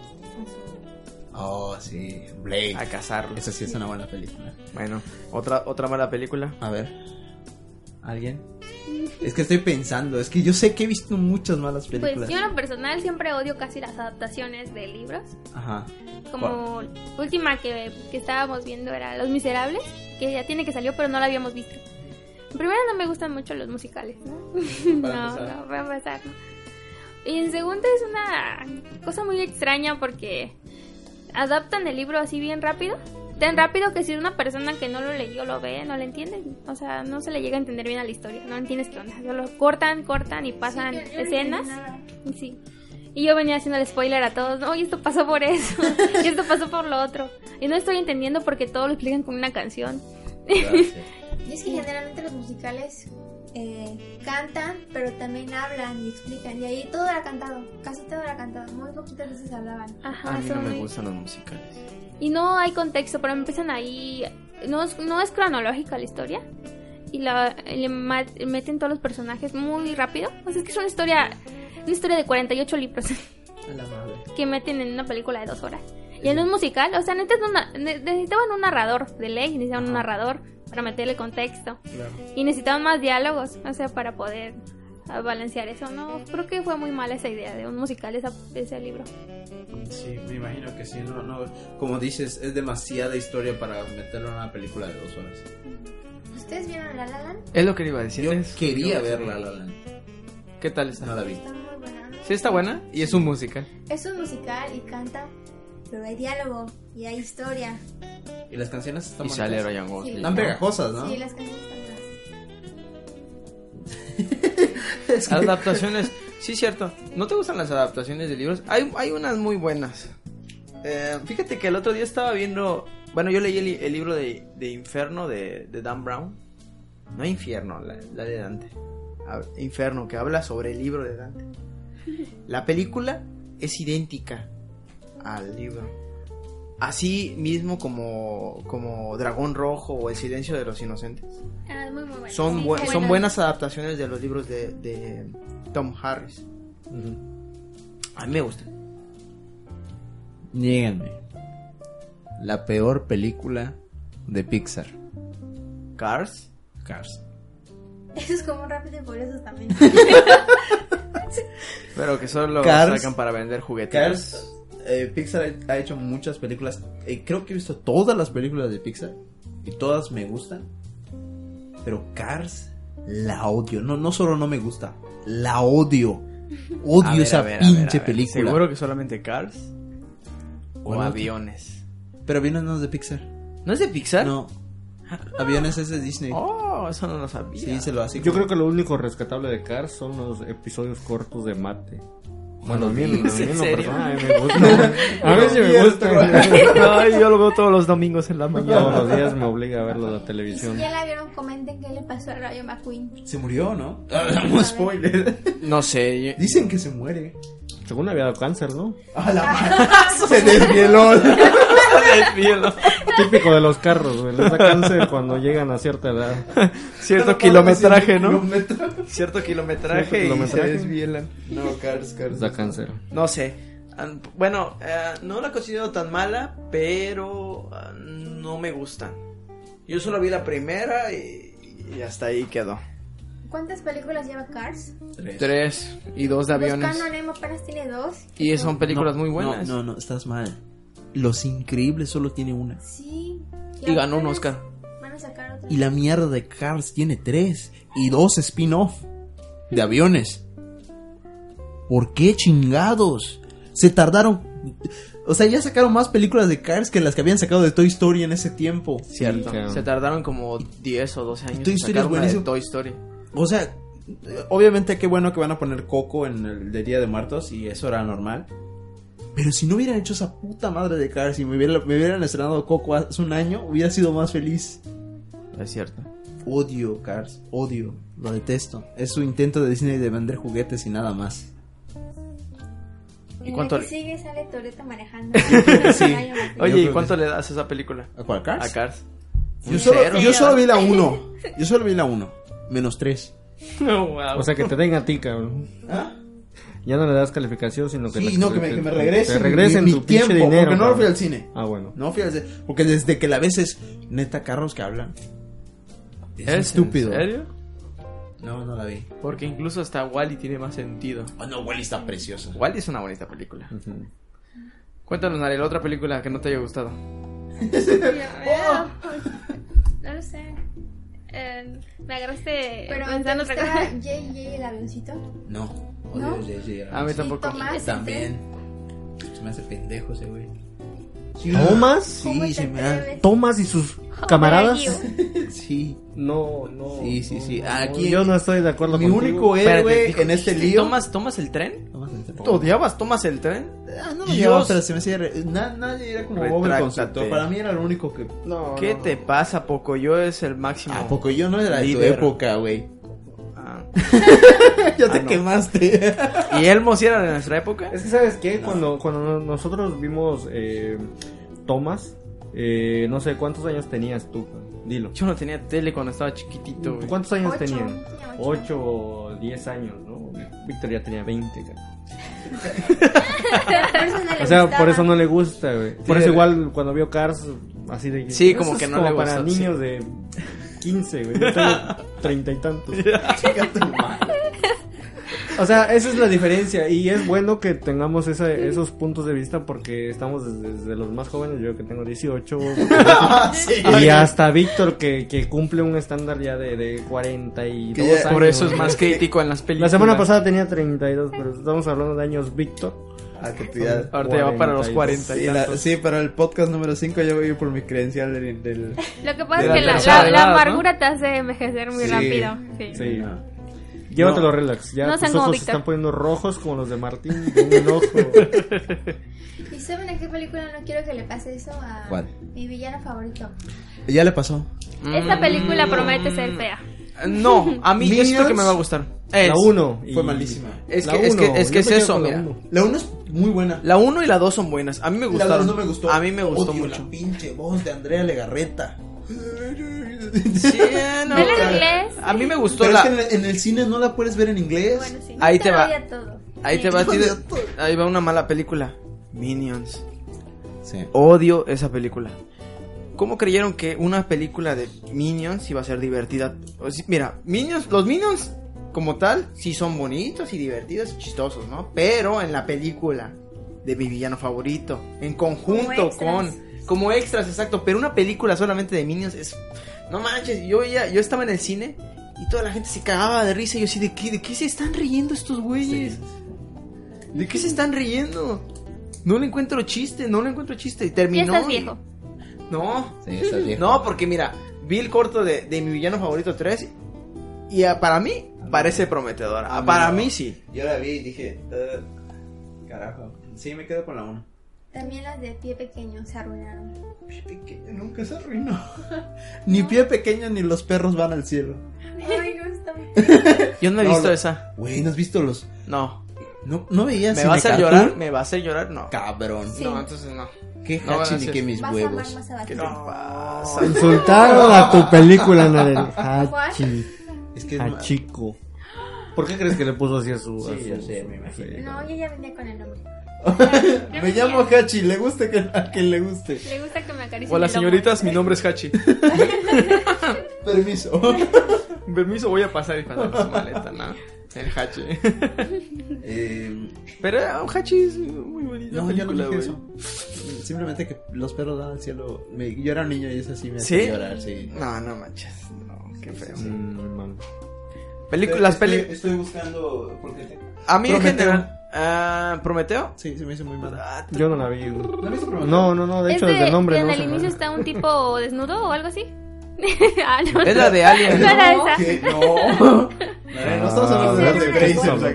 Oh, sí. Blade. A cazarlo. Esa sí es una buena película. Bueno, otra otra mala película. A ver. ¿Alguien? Es que estoy pensando. Es que yo sé que he visto muchas malas películas. Pues yo en lo personal siempre odio casi las adaptaciones de libros. Ajá. Como última que, que estábamos viendo era Los Miserables, que ya tiene que salió, pero no la habíamos visto. En primera no me gustan mucho los musicales, ¿no? Para no, empezar. no, para empezar, no. Y en segunda es una cosa muy extraña porque adaptan el libro así bien rápido. Tan rápido que si una persona que no lo leyó lo ve, no le entiende. O sea, no se le llega a entender bien a la historia. No entiendes qué onda. Solo cortan, cortan y pasan Sí, yo- yo no escenas. entendí nada. Sí. Y yo venía haciendo el spoiler a todos. No, y esto pasó por eso. Y esto pasó por lo otro. Y no estoy entendiendo porque todo lo explican con una canción. Y es que generalmente los musicales eh, cantan, pero también hablan y explican. Y ahí todo era cantado, casi todo era cantado. Muy poquitas veces hablaban. Ajá, A mí no son me muy- gustan los musicales. Y no hay contexto, pero empiezan ahí. No es, no es cronológica la historia. Y la, le ma- meten todos los personajes muy rápido. O sea, es que es una historia. Una historia de cuarenta y ocho libros A la madre. que meten en una película de dos horas. Y en un musical, o sea, necesitan una- ne- necesitaban un narrador de ley, necesitaban un narrador para meterle contexto. Y necesitaban más diálogos, o sea, para poder ah, balancear eso. No, creo que fue muy mala esa idea de un musical, esa, ese libro. Sí, me imagino que sí. No, no. Como dices, es demasiada historia para meterlo en una película de dos horas. ¿Ustedes vieron La La Land? Es lo que le iba a decir. Yo Es- quería yo- verla, La Land. ¿Qué tal está? No la vi. Está muy buena. Sí está buena y es un musical. Es un musical y canta, pero hay diálogo y hay historia. Y las canciones están Y sale bonitas. Ryan Gosling. Están pegajosas, ¿no? Sí, las canciones están buenas. Adaptaciones, sí, cierto. ¿No te gustan las adaptaciones de libros? Hay, hay unas muy buenas. Eh, fíjate que el otro día estaba viendo. Bueno, yo leí el, el libro de, de Inferno de, de Dan Brown. No Infierno, la, la de Dante. Hab- Inferno, que habla sobre el libro de Dante. La película es idéntica al libro. Así mismo como, como Dragón Rojo o El Silencio de los Inocentes. Ah, muy, muy bueno. Son, Sí, bu- qué son bueno. buenas adaptaciones de los libros de, de Tom Harris. A mí me gustan. Díganme. La peor película de Pixar. Cars. Cars. Eso es como Rápido y Furioso también. Pero que solo Cars. sacan para vender juguetes. Cars. eh, Pixar ha hecho muchas películas. Eh, creo que he visto todas las películas de Pixar. Y todas me gustan. Pero Cars la odio. No, no solo no me gusta. La odio. Odio A ver, esa a ver, a ver, pinche a ver. película. ¿Seguro que solamente Cars? ¿O ¿Cuál otra? aviones? Pero aviones no es de Pixar. ¿No es de Pixar? No. Aviones es de Disney. Oh, eso no lo sabía. Sí, se lo hace. Yo creo que lo único rescatable de Cars son los episodios cortos de Mate. Bueno, a mí, a mí en ¿En lo serio? personal, a mí me gusta. A mí sí me gusta. Ay, yo lo veo todos los domingos en la mañana. Todos los días me obliga a verlo de Y si televisión. ya la vieron, comenten qué le pasó a Rayo McQueen. Se murió, ¿no? Hagamos spoiler. No sé. yo- Dicen que se muere. Según había dado cáncer, ¿no? A la madre. Se desvieló. Desvíelo. Típico de los carros, güey. Les da cáncer cuando llegan a cierta edad. Cierto kilometraje, ¿no? Kilómetro. Cierto kilometraje, Cierto kilometraje. y se desvielan. No, Cars, Cars. Les da cáncer. No sé. Ah, Bueno, eh, no la considero tan mala, pero ah, no me gustan. Yo solo vi la primera y, y hasta ahí quedó. ¿Cuántas películas lleva Cars? Tres. Tres y dos de aviones. Buscando a Nemo apenas tiene dos. Y son películas No, muy buenas. No, no, no, estás mal. Los Increíbles solo tiene una. Sí. Y ganó un apenas Oscar. Van a sacar otra. Y la mierda de Cars tiene tres. Y dos spin-off de aviones. ¿Por qué chingados? Se tardaron. O sea, ya sacaron más películas de Cars que las que habían sacado de Toy Story en ese tiempo. Cierto. Sí, claro. Se tardaron como diez o doce años Toy en Story sacar es una de buenísimo. Toy Story. O sea, obviamente qué bueno que van a poner Coco en el de Día de Muertos y eso era normal. Pero si no hubieran hecho esa puta madre de Cars y me, hubiera- me hubieran estrenado Coco hace un año, hubiera sido más feliz. Es cierto. Odio Cars, odio, lo detesto. Es su intento de Disney de vender juguetes y nada más. ¿Y En cuánto la que le- sigue sale Toretto manejando. Sí. Ay, Oye, Yo ¿y creo cuánto que le das a esa película? ¿A cuál, Cars? A Cars. Yo solo, Cero. yo solo vi la uno. Yo solo vi la uno. Menos tres. Oh, wow. O sea, que te den a ti, cabrón. ¿Ah? Ya no le das calificación, sino que... Sí, la- no, que me, te- que me regresen, Te regresen mi, tu mi pinche tiempo, dinero. porque no lo fui cabrón. al cine. Ah, bueno. No fui al cine. Porque desde que la ves es neta carros que hablan. Es, ¿Es estúpido. ¿En serio? No, no la vi. Porque incluso hasta Wall-E tiene más sentido. Oh, no, Wally está preciosa. Wall-E es una bonita película. Ujú. Cuéntanos, Nari, la otra película que no te haya gustado. No lo sé. Eh, me agarraste Pero ¿te pensando otra gustaba cosa. J J el avioncito? No. ¿No? Odio J J. A mí ¿Y tampoco. Tomás? También. Se me hace pendejo ese güey. ¿Tomas? ¿Cómo Sí, te se me da. atreves? ¿Tomas y sus camaradas? Sí. No, no. Sí, sí, sí. no, Aquí- yo no estoy de acuerdo Mi contigo. único Espérate, héroe dijo- en este dijiste, lío. ¿Tomas, ¿Tomas el tren? Tomas el tren. ¿Te odiabas? ¿Tomas el tren? Ah, no Dios. me llevaba, pero se me hacía. re- na- nadie era como Bob el Retráctate. consultor. Para mí era lo único que. No, ¿Qué no, te pasa, Poco? Yo es el máximo. ¿A poco yo no era de tu Líder. época, güey? Ah. Ya te Ah, no. quemaste. ¿Y Elmo sí era de nuestra época? Es que, ¿sabes qué? Cuando, cuando no- nosotros vimos eh, Thomas, eh, no sé, ¿cuántos años tenías tú? Dilo. Yo no tenía tele cuando estaba chiquitito, güey. ¿Cuántos años Ocho, tenían? tenía ocho. Ocho o diez años, ¿no? Víctor ya tenía veinte, cara. Por eso no le O sea, gustaba. por eso no le gusta, güey. Por Sí, eso de- igual cuando vio Cars, así de... Sí, eso como es que no como le para gustó, niños de quince, güey. Yo tengo treinta y tantos. O sea, esa es la diferencia. Y es bueno que tengamos esa- esos puntos de vista porque estamos desde, desde los más jóvenes. Yo que tengo dieciocho. Y hasta Víctor que, que cumple un estándar ya de, de cuarenta y dos Que ya- años. Por eso es ¿no? más crítico en las La películas. semana pasada tenía treinta y dos, pero estamos hablando de años Víctor. Ah, que te ya- Ahorita ya va para los cuarenta y Sí, la- tantos. sí, pero el podcast número cinco yo voy por mi credencial del. del- Lo que pasa De es que la la, tercera la, la edad, ¿no? amargura te hace envejecer muy Sí. rápido. Sí. Sí. No. Llévatelo No. relax. Ya No tus sean como ojos se Víctor. están poniendo rojos como los de Martín. De un enojo. ¿Y saben a qué película no quiero que le pase eso? A ¿Cuál? mi villano favorito. Ya le pasó. Esta película Mm. promete ser fea. No, a mí yo siento Minions. que me va a gustar. Es- La uno. Fue malísima. Es La que, es que, uno, es, que yo es me quedo eso, con la mira. uno. La uno es muy buena. La uno y la dos son buenas. A mí me La gustaron. dos no me gustó. A mí me gustó Odio mucho. La pinche voz de Andrea Legarreta. Sí, no, Vela en cara. inglés. A mí me gustó Pero la. es que en el, en el cine no la puedes ver en inglés. Bueno, sí. Ahí Víctor te va. odia todo. Ahí Sí. te va a ti de- Hijo de todo. Ahí va una mala película. Minions. Sí. Odio esa película. ¿Cómo creyeron que una película de Minions iba a ser divertida? O sea, mira, Minions, los Minions como tal, sí son bonitos y divertidos y chistosos, ¿no? Pero en la película de mi villano favorito, en conjunto Como extras. con... Como extras, exacto. Pero una película solamente de Minions es... No manches, yo veía, yo estaba en el cine y toda la gente se cagaba de risa y yo así, ¿de qué, de qué se están riendo estos güeyes? ¿De qué se están riendo? No le encuentro chiste, no le encuentro chiste. Y Ya terminó. estás y- viejo. No. Sí, estás viejo. No, porque mira, vi el corto de, de mi villano favorito tres y ah, para mí parece prometedor. Ah, para no. mí sí. Yo la vi y dije, "Uh, carajo. Sí, me quedo con la uno. También las de pie pequeño se arruinaron. Pie pequeño nunca se arruinó. Ni pie pequeño ni los perros van al cielo. Ay, no está muy... Yo no he No, visto lo- esa. Güey, ¿no has visto los...? No. ¿No, no veías ¿Me va a hacer Cinecartoon? llorar? ¿Me va a hacer llorar? No. Cabrón. Sí. No, entonces no. Qué No, hachi ni gracias. que mis Vas a amar huevos. más a ¿Qué Batman. te pasa? Insultaron a tu película, Narel. Hachi. Es que... Hachico. ¿Por qué crees que le puso así a su...? a Sí, su- yo sé, me imagino. No, yo ya venía con el nombre. Me llamo Hachi, le guste que, a quien le guste. Le gusta que me acaricien Hola el lomo. señoritas, mi nombre es Hachi. Permiso. Permiso, voy a pasar y pasar su maleta, ¿no? El Hachi. eh, Pero eh, Hachi es muy bonita. no, yo no película, dije güey. eso. Simplemente que los perros van al cielo. Me, yo era un niño y eso sí me ¿Sí? hacía llorar, sí. No, no manches. No, qué feo. Mm, muy mal. Películas, las estoy, peli... estoy buscando... Porque te- A mí en Prometeo. general... Ah, ¿Prometeo? Sí, se me hizo muy mal. Ah, Yo no la vi. güey. ¿La viste Prometeo? No, no, no. De Es hecho, de, desde el nombre que no en sé el inicio nada. está un tipo desnudo o algo así. ah, no. Es la de Alien. No era esa. ¿Qué? No. Vale, no estamos hablando de Ah, las de sí, Brazers sí.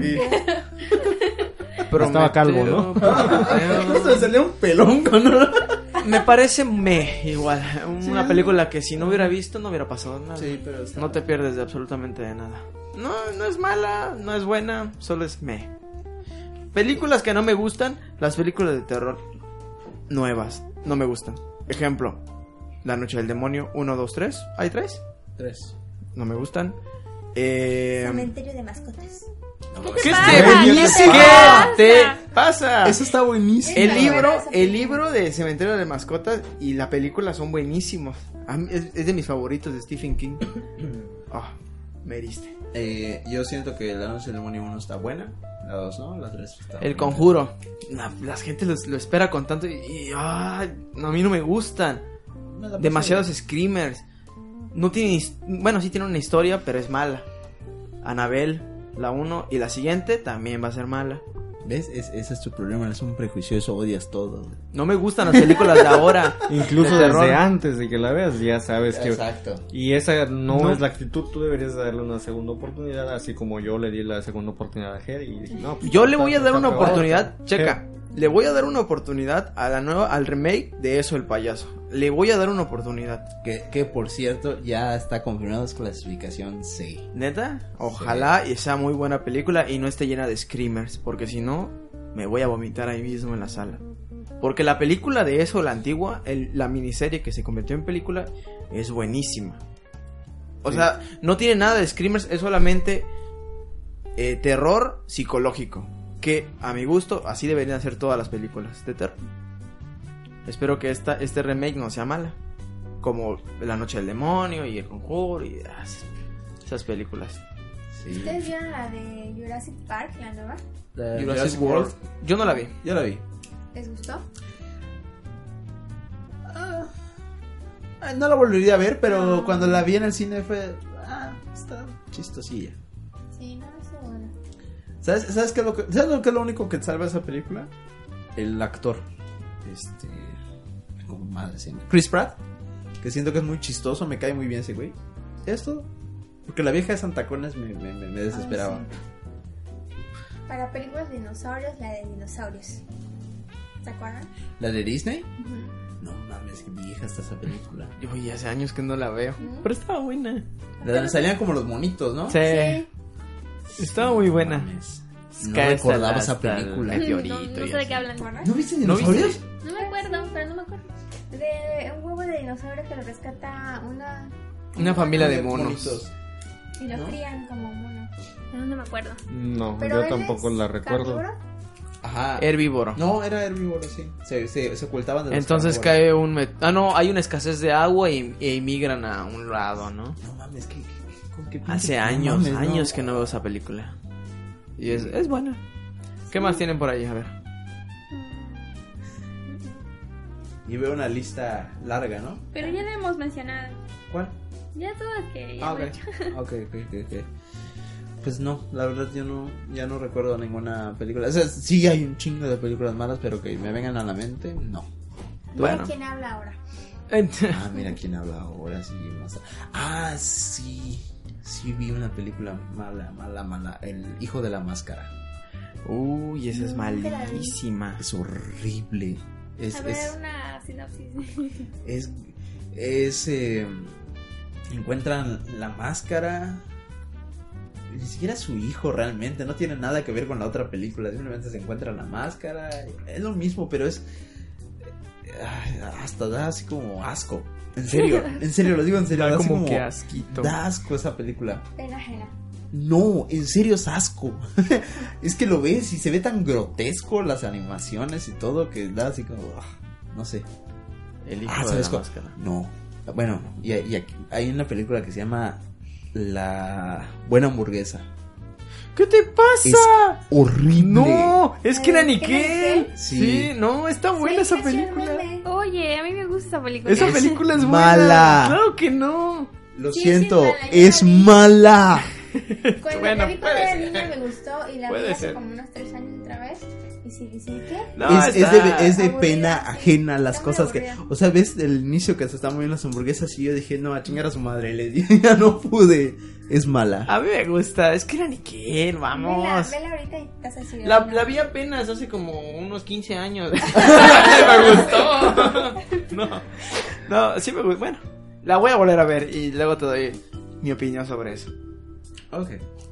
aquí. Estaba calvo, ¿no? No se salía un pelón con... Me parece me igual. Una película que si no hubiera visto no hubiera pasado nada. Sí, pero está- No te pierdes de absolutamente de nada. No, no es mala, no es buena, solo es me. Películas que no me gustan, las películas de terror nuevas, no me gustan. Ejemplo, La Noche del Demonio, uno, dos, tres. ¿Hay tres? Tres. No me gustan. Eh... Cementerio de mascotas. ¿Qué pasa? te, ¿Qué te ¿Qué pasa? te pasa? Eso está buenísimo. El Está libro, buena esa el película. libro de Cementerio de Mascotas y la película son buenísimos. A mí- es, es de mis favoritos de Stephen King. Ah, me heriste. Eh, yo siento que La Noche del Demonio uno está buena. La dos no, la tres está El buena. Conjuro. La, la gente lo, lo espera con tanto y, y, ay, no, a mí no me gustan. Me la Demasiados pasé screamers. No tiene, his- bueno, sí tiene una historia, pero es mala. Annabelle, la uno y la siguiente también va a ser mala. bien. ¿Ves? Es, ese es tu problema, eres un prejuicioso, odias todo. No me gustan las películas de ahora. Incluso De terror. desde antes de que la veas ya sabes que... Exacto. Y esa no, No. es la actitud, tú deberías darle una segunda oportunidad, así como yo le di la segunda oportunidad a Her y dije, no, pues, Yo está- le voy a dar está una acabado. oportunidad, checa. Le voy a dar una oportunidad a la nueva, al remake de Eso el Payaso. Le voy a dar una oportunidad. Que, que por cierto, ya está confirmado, es clasificación C. ¿Neta? Ojalá y sea muy buena película y no esté llena de screamers, porque si no, me voy a vomitar ahí mismo en la sala. Porque la película de Eso, la antigua, el- la miniserie que se convirtió en película, es buenísima. O Sí. sea, no tiene nada de screamers, es solamente eh, terror psicológico. Que a mi gusto, así deberían ser todas las películas de terror. Espero que esta, este remake no sea mala. Como La Noche del Demonio y El Conjuro y ah, esas películas. Sí. ¿Ustedes vieron la de Jurassic Park, la nueva? La- Jurassic World. Yo no la vi. Yo la vi. ¿Les gustó? Ah, no la volvería a ver, pero cuando la vi en el cine fue... Ah, está chistosilla. Sí, no, está buena. ¿Sabes, ¿sabes, qué es lo que, ¿Sabes lo que es lo único que salva esa película? El actor. Este... ¿Cómo más decirlo? Chris Pratt. Que siento que es muy chistoso, me cae muy bien ese güey. Esto... Porque la vieja de Santacones me, me, me, me desesperaba. Ah, Para películas de dinosaurios, la de dinosaurios. ¿Se acuerdan? ¿La de Disney? No mames, que vieja está esa película. Yo ya hace años que no la veo. ¿Mm? Pero estaba buena. La donde salían como los monitos, ¿no? Sí. Sí. Estaba muy buena. Mames. No Cae recordaba hasta esa película. el No, meteorito no y sé de así. qué hablan. ¿No viste ¿No dinosaurios? viste? No me acuerdo, pero no me acuerdo. De un huevo de dinosaurio que lo rescata una... Una familia de Monitos. monos. Y lo ¿no? crían como mono. No, no me acuerdo. No, Pero yo él tampoco es la recuerdo. carnívoro. Ajá. Herbívoro. No, era herbívoro, sí. Se, se, se ocultaban de los Entonces carnívoros. cae un... met- Ah, no, hay una escasez de agua y, e emigran a un lado, ¿no? No mames, ¿qué, qué, qué, qué pinche- Hace no años, mames, no. años que no veo esa película. Y es, es buena. ¿Qué más tienen por ahí? A ver. Y veo una lista larga, ¿no? Pero ya la hemos mencionado. ¿Cuál? Ya todas que ya Ah, hemos ok. hecho. Ok, ok, ok, ok. Pues no, la verdad yo no, ya no recuerdo ninguna película. O sea, sí hay un chingo de películas malas, pero que me vengan a la mente, no. Bueno. ¿Quién habla ahora? Ah, mira quién habla ahora, sí. Más... Ah, sí. Sí vi una película mala, mala, mala. El hijo de la máscara. Uy, esa es Nunca la vi. malísima. Es horrible. Es, A ver, es, una sinopsis. es, es eh, encuentran la máscara. Ni siquiera es su hijo realmente, no tiene nada que ver con la otra película, simplemente se encuentra la máscara, es lo mismo, pero es ay, hasta da así como asco. En serio, en serio, lo digo en serio, Da da así como como que asquito. da asco esa película. Pena ajena. No, en serio es asco. Es que lo ves y se ve tan grotesco las animaciones y todo que da así como ah, no sé. El hijo Ah, de ¿sabes la cuál? máscara. No. Bueno, y, y aquí hay una película que se llama La Buena Hamburguesa. ¿Qué te pasa? Horrible. No, es que era ¿Qué Nickel. Nickel? Sí. Sí, no, está buena Sí, esa creció el película. meme. Oye, a mí me gusta esa película. Esa película es buena. Mala. Claro que no. Lo Sí, siento, sí, mala, yo es la vi. mala. Cuando Bueno, la vi cuando puede era ser. niña me gustó y la vi Puede hace ser. como unos tres años otra vez. Y sí, y sí, ¿qué? No, es, es está- de, es de aburrida, pena sí. ajena las Está muy cosas que... aburrida. O sea, ves el inicio que se están moviendo las hamburguesas y yo dije, no, a chingar a su madre. Le dije, ya no pude. Es mala. A mí me gusta, es que era Nickel, Vela, vamos. vela ahorita y estás así. La, no. la vi apenas hace como unos quince años. Me gustó. No, no, sí me gustó. Bueno, la voy a volver a ver y luego te doy mi opinión sobre eso. Ok.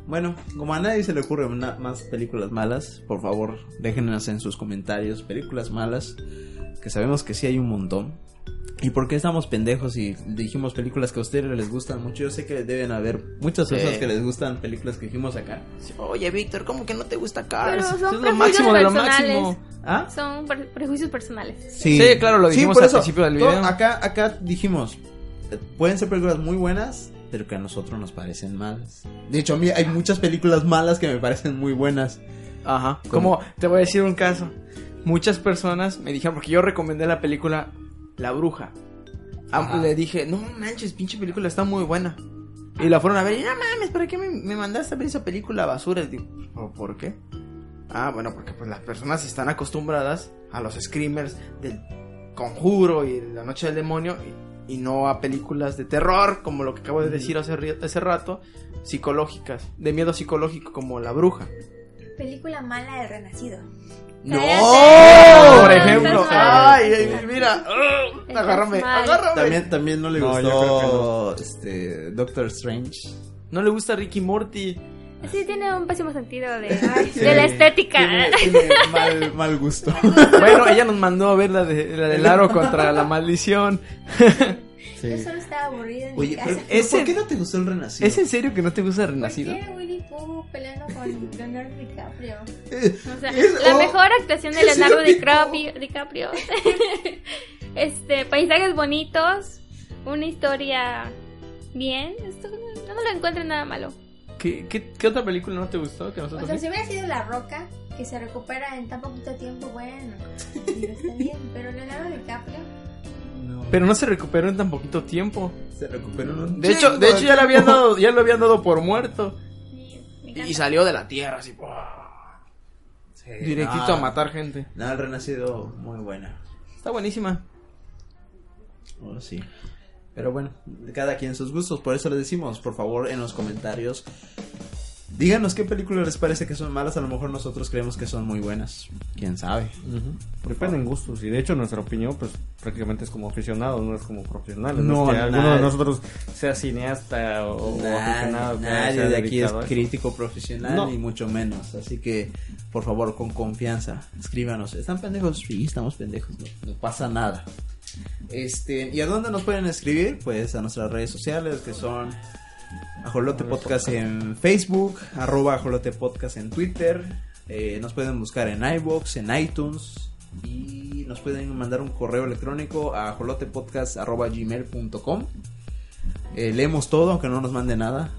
Bueno, como a nadie se le ocurren una- más películas malas, por favor, déjenos en sus comentarios películas malas, que sabemos que sí hay un montón. ¿Y por qué estamos pendejos y dijimos películas que a ustedes les gustan mucho? Yo sé que deben haber muchas Sí. personas que les gustan películas que dijimos acá. Oye, Víctor, ¿cómo que no te gusta Pero Cars? son Es lo prejuicios máximo de lo personales. máximo. ¿Ah? Son pre- prejuicios personales. Sí, claro, lo dijimos por al eso, principio del todo- video. acá, acá dijimos, eh, pueden ser películas muy buenas, pero que a nosotros nos parecen malas. De hecho, a mí hay muchas películas malas que me parecen muy buenas. Ajá. ¿Cómo? Como, te voy a decir un caso. Muchas personas me dijeron, porque yo recomendé la película La Bruja. Ah, Ajá. le dije, no manches, pinche película está muy buena. Y la fueron a ver y, no mames, ¿para qué me, me mandaste a ver esa película basura? Y digo, ¿por, ¿por qué? Ah, bueno, porque pues las personas están acostumbradas a los screamers del Conjuro y La Noche del Demonio y, y no a películas de terror, como lo que acabo de decir hace, ri- hace rato, psicológicas, de miedo psicológico como La Bruja. Película mala El Renacido. ¡No! Cállate. Por No, ejemplo, estás mal. ay, ay, mira, ugh, Estás agárrame, mal. agárrame. También, también no le No, yo gustó este Doctor Strange. No le gusta Ricky Morty. Sí, tiene un pésimo sentido de, Sí. de la estética. Tiene, tiene mal, mal gusto. Bueno, ella nos mandó a ver la de la del aro contra la maldición. Sí. Yo solo estaba aburrida en Oye, mi pero, casa. pero Ese- ¿por qué no te gustó el Renacido? ¿Es en serio que no te gusta ¿Por Renacido? qué Winnie Pooh peleando con Leonardo DiCaprio? O sea, Es- la oh, mejor actuación de es Leonardo épico. DiCaprio, DiCaprio. Este, paisajes bonitos, una historia bien. Esto no, no lo encuentro nada malo. ¿Qué, qué, qué otra película no te gustó? Que O nosotros sea, sí? si hubiera sido La Roca, que se recupera en tan poquito tiempo, bueno, digo, está bien. Pero Leonardo DiCaprio, No. Pero no se recuperó en tan poquito tiempo. Se recuperó en un De hecho, chingo de hecho ya lo habían tiempo. dado, ya lo habían dado por muerto. Sí, me encanta. Y salió de la tierra así. Sí, Directito no. a matar gente. No, el Renacido muy buena. Está buenísima. Oh, sí. Pero bueno, cada quien sus gustos. Por eso les decimos, por favor, en los comentarios, díganos qué películas les parece que son malas. A lo mejor nosotros creemos que son muy buenas. Quién sabe. Ujú. Dependen gustos. Y de hecho, nuestra opinión, pues prácticamente es como aficionados, no es como profesionales. No, No, es que alguno nada. de nosotros sea cineasta o, o aficionado. que Nadie sea de aquí es dedicado a eso. crítico profesional, No. ni mucho menos. Así que, por favor, con confianza, escríbanos. ¿Están pendejos? Sí, estamos pendejos. No, no pasa nada. Este, ¿y a dónde nos pueden escribir? Pues a nuestras redes sociales, que son Ajolote Podcast en Facebook, arroba Ajolote Podcast en Twitter. Eh, nos pueden buscar en iVoox, en iTunes, y nos pueden mandar un correo electrónico a ajolotepodcast arroba gmail punto com. Eh, leemos todo, aunque no nos mande nada.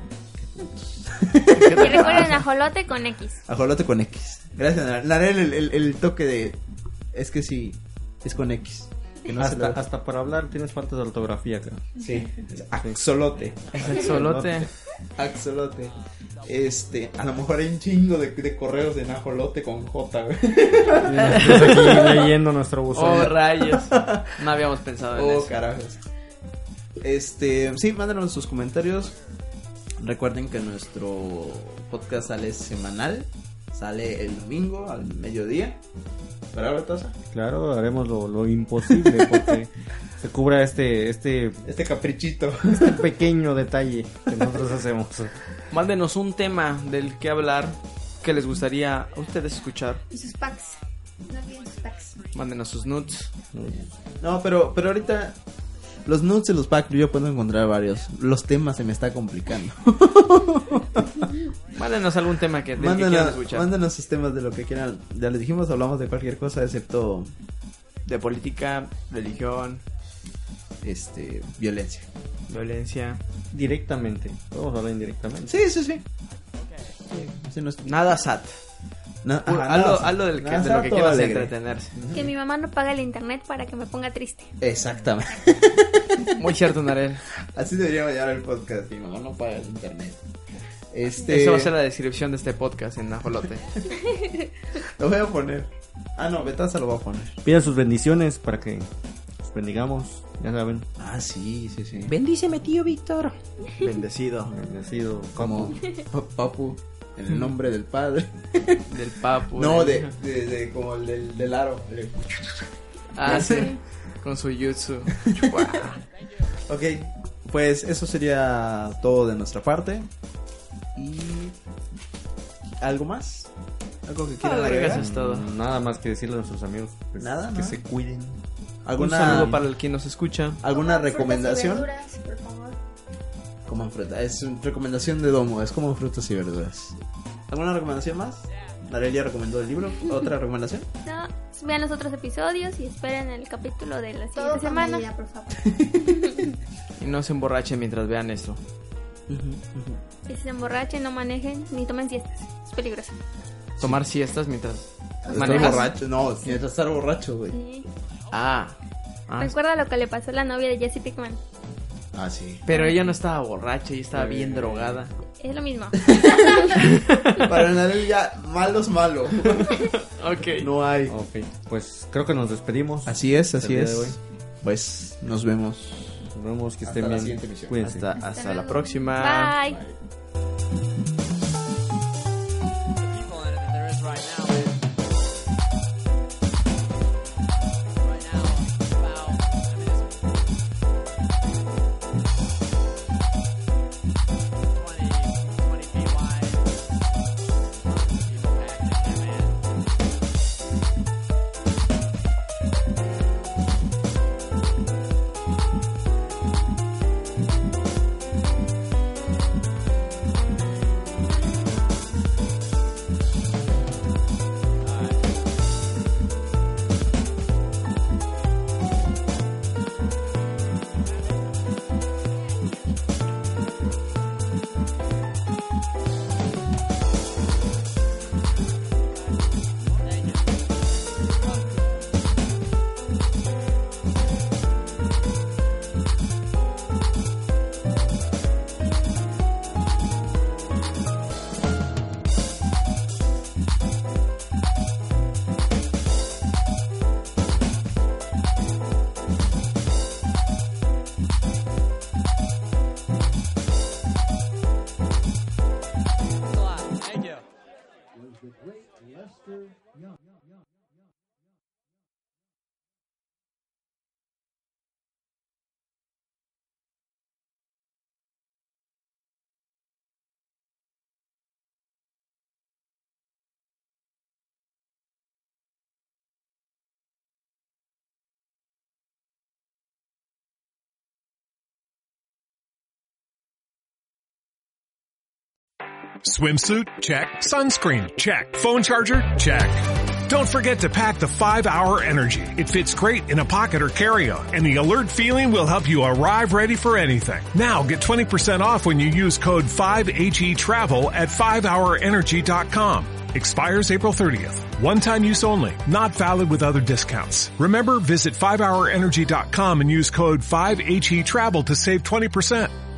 Y recuerden ajolote con X. Ajolote con X. Gracias, Nar- Narel, el, el, el toque de... Es que sí, es con X. Que no se Hasta, lo- hasta para hablar tienes falta de ortografía acá. Sí, es axolote. El solote. Axolote. Este, a lo mejor hay un chingo de, de correos de ajolote con J, güey. Y nosotros aquí leyendo nuestro buzón. Oh, rayos. No habíamos pensado en Oh, eso. carajos. Este, sí, mándenos sus comentarios. Recuerden que nuestro podcast sale semanal. Sale el domingo al mediodía. ¿Verdad, Betosa? Claro, haremos lo, lo imposible porque se cubra este, este, Este caprichito. este pequeño detalle que nosotros hacemos. Mándenos un tema del que hablar que les gustaría a ustedes escuchar. y sus packs. No olviden sus packs. Mándenos sus nudes. No, pero, pero ahorita los nudes y los packs yo puedo encontrar varios. Los temas se me está complicando. Mándenos algún tema que, del que quieran Mándenos, escuchar. mándenos sus temas de lo que quieran. Ya les dijimos, hablamos de cualquier cosa excepto De política, religión, este violencia. violencia. Directamente. Podemos hablar indirectamente. Sí, sí, sí. Sí, no es- Nada sat. na- Puro- ajá, hazlo, nada, hazlo del que, nada, de lo que todo quieras alegre. entretenerse. Que mi mamá no paga el internet para que me ponga triste. Exactamente. Muy cierto, Narel. Así deberíamos llamar el podcast. Mi mamá no paga el internet. Este. Esa va a ser la descripción de este podcast en Ajolote. Lo voy a poner. Ah, no, Betaza lo va a poner. Pidan sus bendiciones para que los bendigamos. Ya saben, Ah, sí, sí, sí. Bendíceme, tío Víctor. Bendecido. bendecido Como pa- Papu, en el nombre del padre. Del papu. No, del- de, de, de- como el del, del aro. El- Ah, sí. Con su jutsu. Ok, pues eso sería todo de nuestra parte. Y ¿Algo más? ¿Algo que quieran Ah, agregar? eso es todo. Nada más que decirle a nuestros amigos pues, Nada, que ¿no? se cuiden. ¿Alguna, Un saludo para el que nos escucha. ¿alguna Coman recomendación? frutas y verduras, por favor. Coman fruta. Es una recomendación de Domo. Es como frutas y verduras. ¿Alguna recomendación más? Darelia recomendó el libro. ¿Otra recomendación? No, vean los otros episodios y esperen el capítulo de la siguiente Todo con semana. medida, por favor. Y no se emborrachen mientras vean esto. Y si se emborrachen, no manejen ni tomen siestas. Es peligroso. Tomar siestas mientras ¿Estás manejas. borracho? No, tienes que estar borracho, güey. Sí. Ah. Ah. Recuerda lo que le pasó a la novia de Jesse Pinkman. Ah, sí. Pero ella no estaba borracha, ella estaba bien drogada. Es lo mismo. Para Darelia, malo es malo. Ok. No hay. Ok, pues creo que nos despedimos. Así es, así El día es. de hoy. Pues nos vemos. Nos vemos, que Hasta estén la bien. siguiente emisión. Cuídense. Hasta, Hasta hasta la luego. próxima. Bye. people in it that there is right now. And right now, about, I mean, it's twenty, twenty feet wide. People packed in there, man. Thanks a lot. Thank you. Swimsuit? Check. Sunscreen? Check. Phone charger? Check. Don't forget to pack the five hour Energy. It fits great in a pocket or carry-on, and the alert feeling will help you arrive ready for anything. Now get twenty percent off when you use code five H E travel at five hour energy dot com. Expires April thirtieth. One-time use only. Not valid with other discounts. Remember, visit five hour energy dot com and use code five H E travel to save twenty percent.